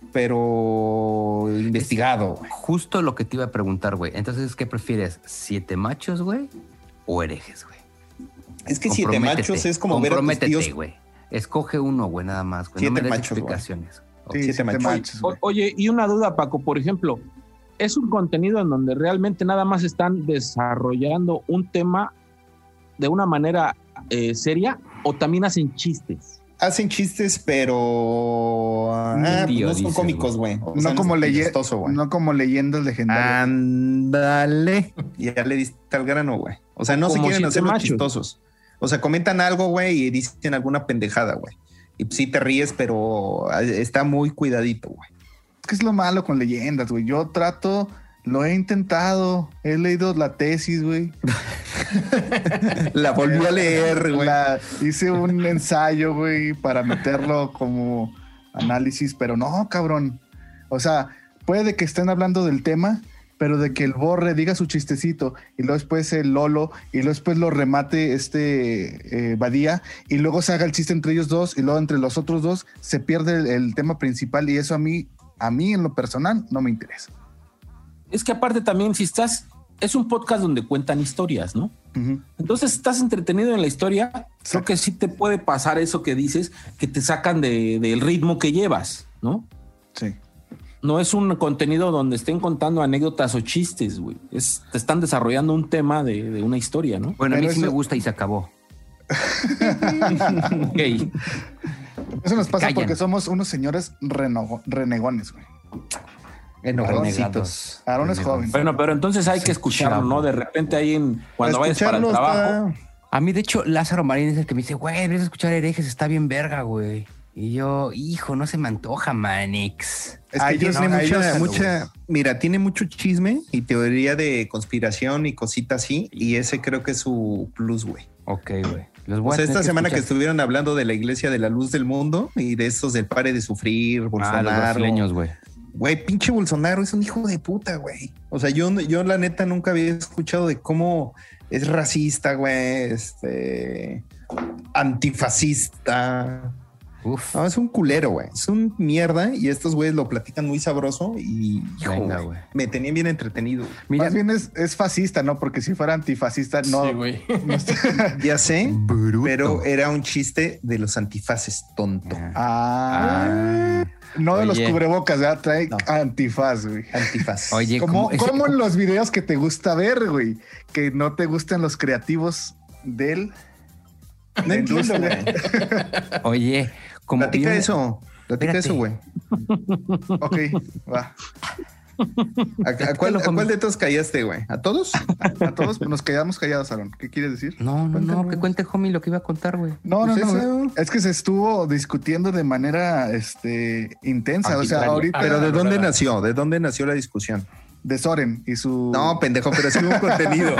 pero investigado, güey. Justo lo que te iba a preguntar, güey. Entonces, ¿qué prefieres? ¿Siete machos, güey? ¿O herejes, güey? Es que siete Comprométete, machos es como ver a tus comprométete, tíos. güey. Escoge uno, güey, nada más, güey. Siete No me des machos, güey. explicaciones. Sí, siete siete machos. machos, güey. O- oye, y una duda, Paco, por ejemplo, ¿es un contenido en donde realmente nada más están desarrollando un tema de una manera eh, seria o también hacen chistes? Hacen chistes, pero ah, pues Tío, no son dices, cómicos, güey. O No sea, como, es leye- chistoso, güey. no como leyendas Ah, legendarias. Ándale. Ya le diste al grano, güey. O sea, no se Como quieren siete hacer los machos. chistosos. O sea, comentan algo, güey, y dicen alguna pendejada, güey. Y sí te ríes, pero ah, está muy cuidadito, güey. Es que es lo malo con leyendas, güey. Yo trato, lo he intentado, he leído la tesis, güey. La volví a leer, güey. La- hice un ensayo, güey, para meterlo como análisis, pero no, cabrón. O sea, puede que estén hablando del tema, pero de que el Borre diga su chistecito y luego después el Lolo y luego después lo remate este eh, Badía y luego se haga el chiste entre ellos dos y luego entre los otros dos se pierde el, el tema principal y eso a mí, a mí en lo personal no me interesa. Es que aparte también si estás, es un podcast donde cuentan historias, ¿no? Ujú. Entonces estás entretenido en la historia, creo Exacto. que sí te puede pasar eso que dices, que te sacan de- del ritmo que llevas, ¿no? Sí. No es un contenido donde estén contando anécdotas o chistes, güey. Es, te están desarrollando un tema de, de una historia, ¿no? Bueno, a mí Pero sí me eso- gusta y se acabó. Ok. Eso nos pasa Callan. porque somos unos señores reno- renegones, güey. Enojoncitos. Aarón es joven. Bueno, pero entonces hay que escucharlo, chavo. ¿no? De repente ahí en, cuando Para vayas para el escucharlo trabajo. está- A mí, de hecho, Lázaro Marín es el que me dice, güey, vienes a escuchar herejes, está bien verga, güey. Y yo, hijo, no se me antoja, Manix. Es que Ay, tiene no, ay, mucha, no, mucha, mira, tiene mucho chisme y teoría de conspiración y cositas así, y ese creo que es su plus, güey. Ok, güey. Los O voy a sea, tener esta que semana que escuchar. estuvieron hablando de la Iglesia de la Luz del Mundo y de estos del pare de sufrir, Ah, los Bolsonaro. brasileños, güey. Güey, pinche Bolsonaro es un hijo de puta, güey. O sea, yo, yo la neta nunca había escuchado de cómo es racista, güey, este, antifascista. Uf. No, es un culero, güey. Es un mierda y estos güeyes lo platican muy sabroso y hijo, Venga, güey, güey. me tenían bien entretenido. güey. Mira, Más bien es, es fascista, ¿no? Porque si fuera antifascista, no. Sí, güey. no está- Ya sé, bruto. pero era un chiste de los antifaces, tonto. Ah. Ah, no de los Oye. cubrebocas, ya trae No. antifaz, güey. Antifaz. Oye, ¿Cómo, ¿cómo- ese- cómo en los videos que te gusta ver, güey? Que no te gustan los creativos del. no la entiendo, industria. güey. Oye, como Platica yo- eso. Platica Espérate. eso, güey. Ok, va. ¿A, a cuál, a cuál de todos callaste, güey? ¿A todos? A todos nos quedamos callados, Aaron. ¿Qué quieres decir? No, no, no, Cuéntalo. que cuente el homie lo que iba a contar, güey. No, no, Pues no. eso. Es que se estuvo discutiendo de manera este, intensa. O sea, Arbitraria. ahorita Pero ¿de dónde verdad. nació? ¿De dónde nació la discusión? de Soren y su. No, pendejo, pero sí hubo un contenido.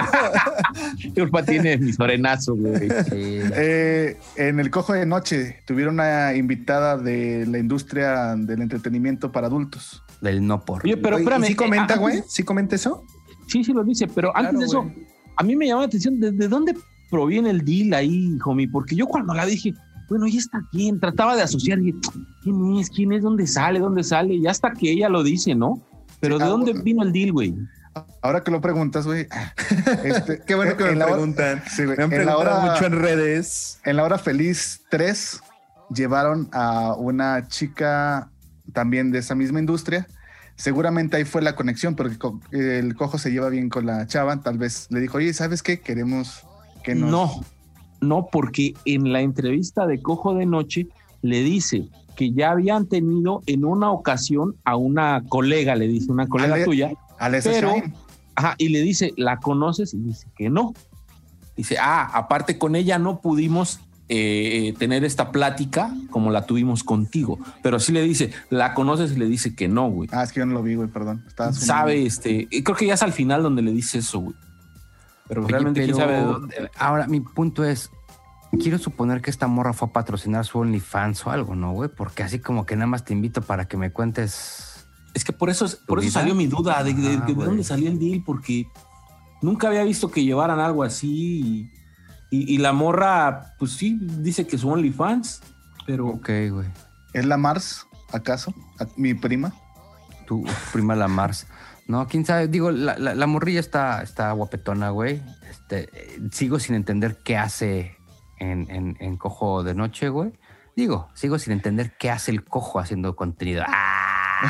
¿Qué culpa tiene mi sorenazo, güey? Sí. Eh, en el Cojo de Noche tuvieron una invitada de la industria del entretenimiento para adultos. Del no por. Oye, pero Oye, ¿y espérame. ¿Sí comenta, eh, güey? antes- ¿Sí comenta eso? Sí, sí lo dice, pero antes Claro, de eso, güey. a mí me llamó la atención, ¿de, de dónde proviene el deal ahí, homie? Porque yo cuando la dije, bueno, ¿y está quién? Trataba de asociar, y, ¿quién es? ¿Quién es? ¿Dónde sale? ¿Dónde sale? Y hasta que ella lo dice, ¿no? Pero Sí, ¿de ah, dónde bueno. vino el deal, güey? Ahora que lo preguntas, güey. este, Qué bueno que en me la hora- preguntan. sí, güey, Me han en la preguntado hora- mucho en redes. En la hora feliz tres llevaron a una chica también de esa misma industria. Seguramente ahí fue la conexión, porque co- el cojo se lleva bien con la chava. Tal vez le dijo, oye, ¿sabes qué? Queremos que nos... No, no, porque en la entrevista de Cojo de Noche le dice que ya habían tenido en una ocasión a una colega, le dice, una colega Ale- tuya, A Lesa pero, Shine. ajá, y le dice, ¿la conoces? Y dice que no. Dice, ah, aparte con ella no pudimos eh, tener esta plática como la tuvimos contigo. Pero sí le dice, ¿la conoces? Y le dice que no, güey. Ah, es que yo no lo vi, güey, perdón. Estaba Sabe, este, y creo que ya es al final donde le dice eso, güey. Pero Oye, realmente quién pero sabe de dónde. ahora mi punto es, quiero suponer que esta morra fue a patrocinar su OnlyFans o algo, ¿no, güey? Porque así como que nada más te invito para que me cuentes. Es que por eso, por eso vida? salió mi duda de, de- Ah, de güey. dónde salió el deal, porque nunca había visto que llevaran algo así. Y, y- y la morra, pues sí, dice que son OnlyFans, pero Ok, güey. ¿Es la Mars, acaso? ¿A- ¿Mi prima? Tu prima la Mars. No, quién sabe. Digo, la, la, la morrilla está, está guapetona, güey. Este, eh, sigo sin entender qué hace en, en, en Cojo de Noche, güey. Digo, sigo sin entender qué hace el cojo haciendo contenido. ¡Ah!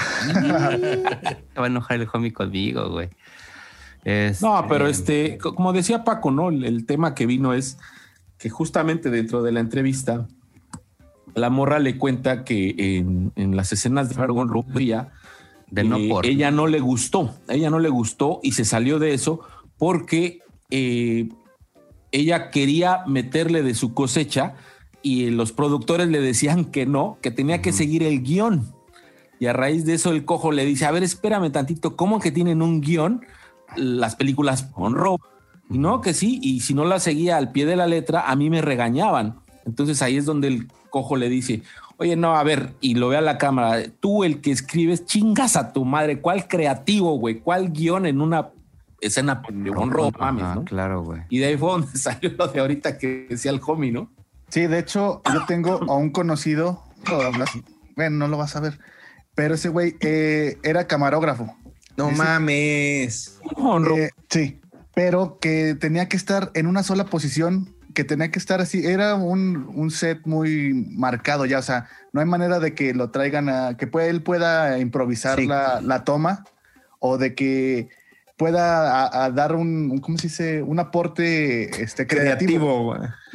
Se va a enojar el homie conmigo, güey. Este, no, pero este, co- como decía Paco, ¿no? El, el tema que vino es que justamente dentro de la entrevista, la morra le cuenta que en, en las escenas de Dragon Rubia, de no eh, por. ella no le gustó, ella no le gustó y se salió de eso porque eh, ella quería meterle de su cosecha y los productores le decían que no, que tenía que seguir el guión. Y a raíz de eso el cojo le dice, a ver, espérame tantito, ¿cómo que tienen un guión las películas con robo? Y no, que sí, y si no la seguía al pie de la letra, a mí me regañaban. Entonces ahí es donde el cojo le dice, oye, no, a ver, y lo ve a la cámara, tú el que escribes, chingas a tu madre, ¿cuál creativo, güey? ¿Cuál guión en una escena con robo? Mames, Ajá, ¿no? claro, güey. Y de ahí fue donde salió lo de ahorita que decía el homie, ¿no? Sí, de hecho, yo tengo a un conocido. ¿Puedo hablar? Bueno, no lo vas a ver. Pero ese güey eh, era camarógrafo. No Dice- mames. Honro. Eh, sí, pero que tenía que estar en una sola posición, que tenía que estar así. Era un, un set muy marcado ya, o sea, no hay manera de que lo traigan a, que pueda, él pueda improvisar Sí. la, la toma o de que pueda a, a dar un, un, ¿cómo se dice? Un aporte este, creativo. Creativo, güey. Eh,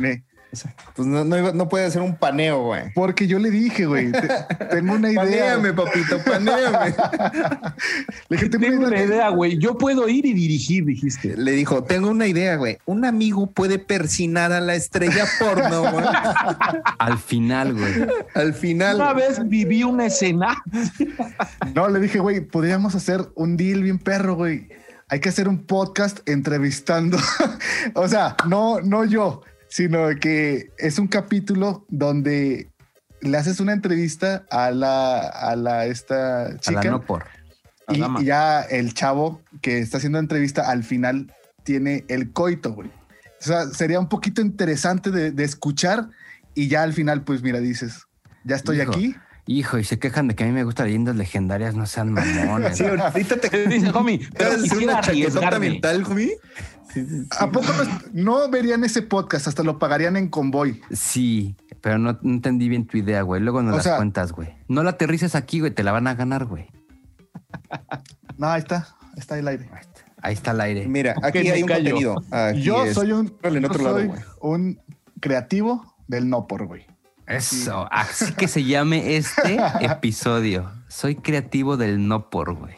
Pues no, no, iba- no puede hacer un paneo, güey. Porque yo le dije, güey, te- tengo una idea. Panéame, papito, panéame. Le dije, tengo, Tengo una una idea. idea, güey. Yo puedo ir y dirigir, dijiste. Le dijo, tengo una idea, güey. Un amigo puede persinar a la estrella porno, güey. Al final, güey. Al final. Una vez viví una escena. No, le dije, güey, podríamos hacer un deal bien perro, güey. Hay que hacer un podcast entrevistando. O sea, no, no yo, sino que es un capítulo donde le haces una entrevista a la, a la esta A chica. la no por. A Y, dama. y ya el chavo que está haciendo entrevista al final tiene el coito, güey. O sea, sería un poquito interesante de, de escuchar y ya al final, pues mira, dices, ya estoy Hijo. aquí. Hijo, y se quejan de que a mí me gustan leyendas legendarias, no sean mamones. Sí, ahorita te Dice, homie, pero ¿Quieres hacer quisiera una chaquetota arriesgarme. mental, homie? ¿A poco no, no verían ese podcast? Hasta lo pagarían en convoy. Sí, pero no, no entendí bien tu idea, güey. Luego nos O las sea- cuentas, güey. No la aterrices aquí, güey. Te la van a ganar, güey. No, ahí está, está el aire. Ahí está, ahí está el aire. Mira, aquí me hay un callo. contenido. Aquí Yo es. soy un, Órale, en yo otro lado, soy güey. un creativo del no por, güey. Eso, así que se llame este episodio. Soy creativo del no por, güey.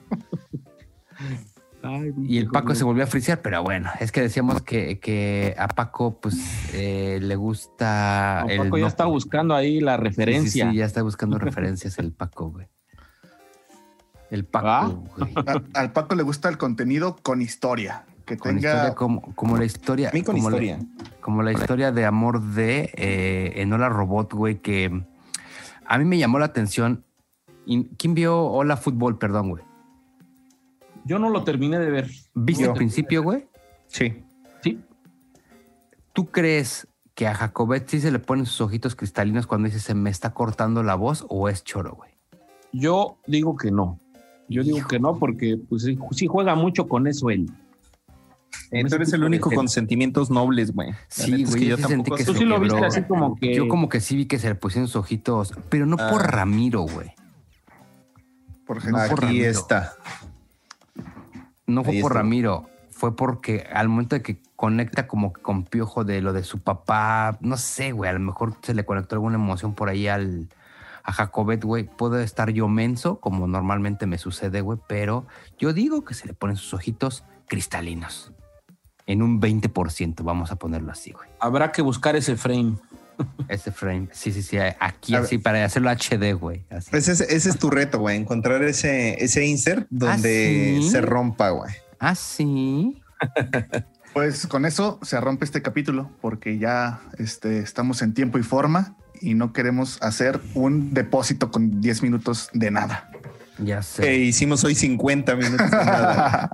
Ay, Y el Paco se volvió a frisear, pero bueno, es que decíamos que, que a Paco, pues, eh, le gusta. No, el Paco ya no está por. buscando ahí la Sí, sí, referencia. sí, ya está buscando referencias el Paco, güey. El Paco, ¿Ah? güey. A- al Paco le gusta el contenido con historia. Que Con tenga. historia como, como la historia. A mí con como la- historia. como la historia de amor de eh, Enola Robot, güey, que a mí me llamó la atención. Y- ¿Quién vio Hola Fútbol? Perdón, güey. Yo no lo terminé de ver. ¿Viste Yo. el principio, güey? Sí. Sí. ¿Tú crees que a Jacobet sí se le ponen sus ojitos cristalinos cuando dice se me está cortando la voz o es choro, güey? Yo digo que no. Yo digo que no porque pues sí, sí juega mucho con eso él. Eh, Ese tú eres el tipo de único gente. con sentimientos nobles, güey. La Sí, neta es güey, que yo yo sí sentí tampoco que Tú se sí lo quebró. viste así como que... Yo como que sí vi que se le pusieron sus ojitos, pero no Ah. por Ramiro, güey. Por ejemplo, por Aquí Ramiro. está. No fue Ahí por estuvo. Ramiro, fue porque al momento de que conecta como que con Piojo de lo de su papá, no sé, güey, a lo mejor se le conectó alguna emoción por ahí al, a Jacobet, güey. Puedo estar yo menso, como normalmente me sucede, güey, pero yo digo que se le ponen sus ojitos cristalinos. En un veinte por ciento, vamos a ponerlo así, güey. Habrá que buscar ese frame. Ese frame, sí, sí, sí, aquí A así, para hacerlo H D, güey. así. Ese es, ese es tu reto, güey. Encontrar ese, ese insert donde ¿Ah, sí? se rompa, güey. Ah, sí. pues con eso se rompe este capítulo porque ya este, estamos en tiempo y forma y no queremos hacer un depósito con diez minutos de nada. Ya sé. Eh, hicimos hoy cincuenta minutos de nada.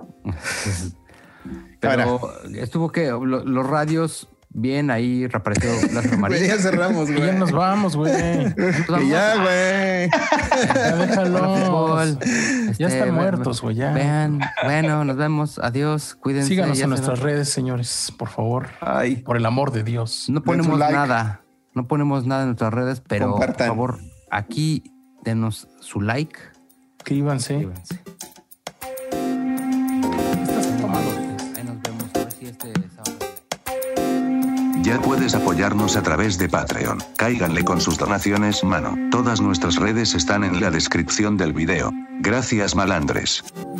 Pero estuvo que lo- los radios bien ahí reapareció Lázaro Güey, ya María. cerramos, Y güey. ya nos vamos, güey. Que ya, güey. Ya déjalo. Fútbol. Ya Este, están ve- muertos, güey. Ya. Vean, bueno, nos vemos. Adiós, cuídense. Síganos ya en se nuestras van. redes, señores, por favor. Ay, Por el amor de Dios. No Den ponemos su like. nada. No ponemos nada en nuestras redes, pero Compartan. por favor, aquí denos su like. Suscríbanse. Suscríbanse. Estás tomando. Ahí nos vemos. A ver si este sábado. Ya puedes apoyarnos a través de Patreon. Cáiganle con sus donaciones, mano. Todas nuestras redes están en la descripción del video. Gracias, malandres.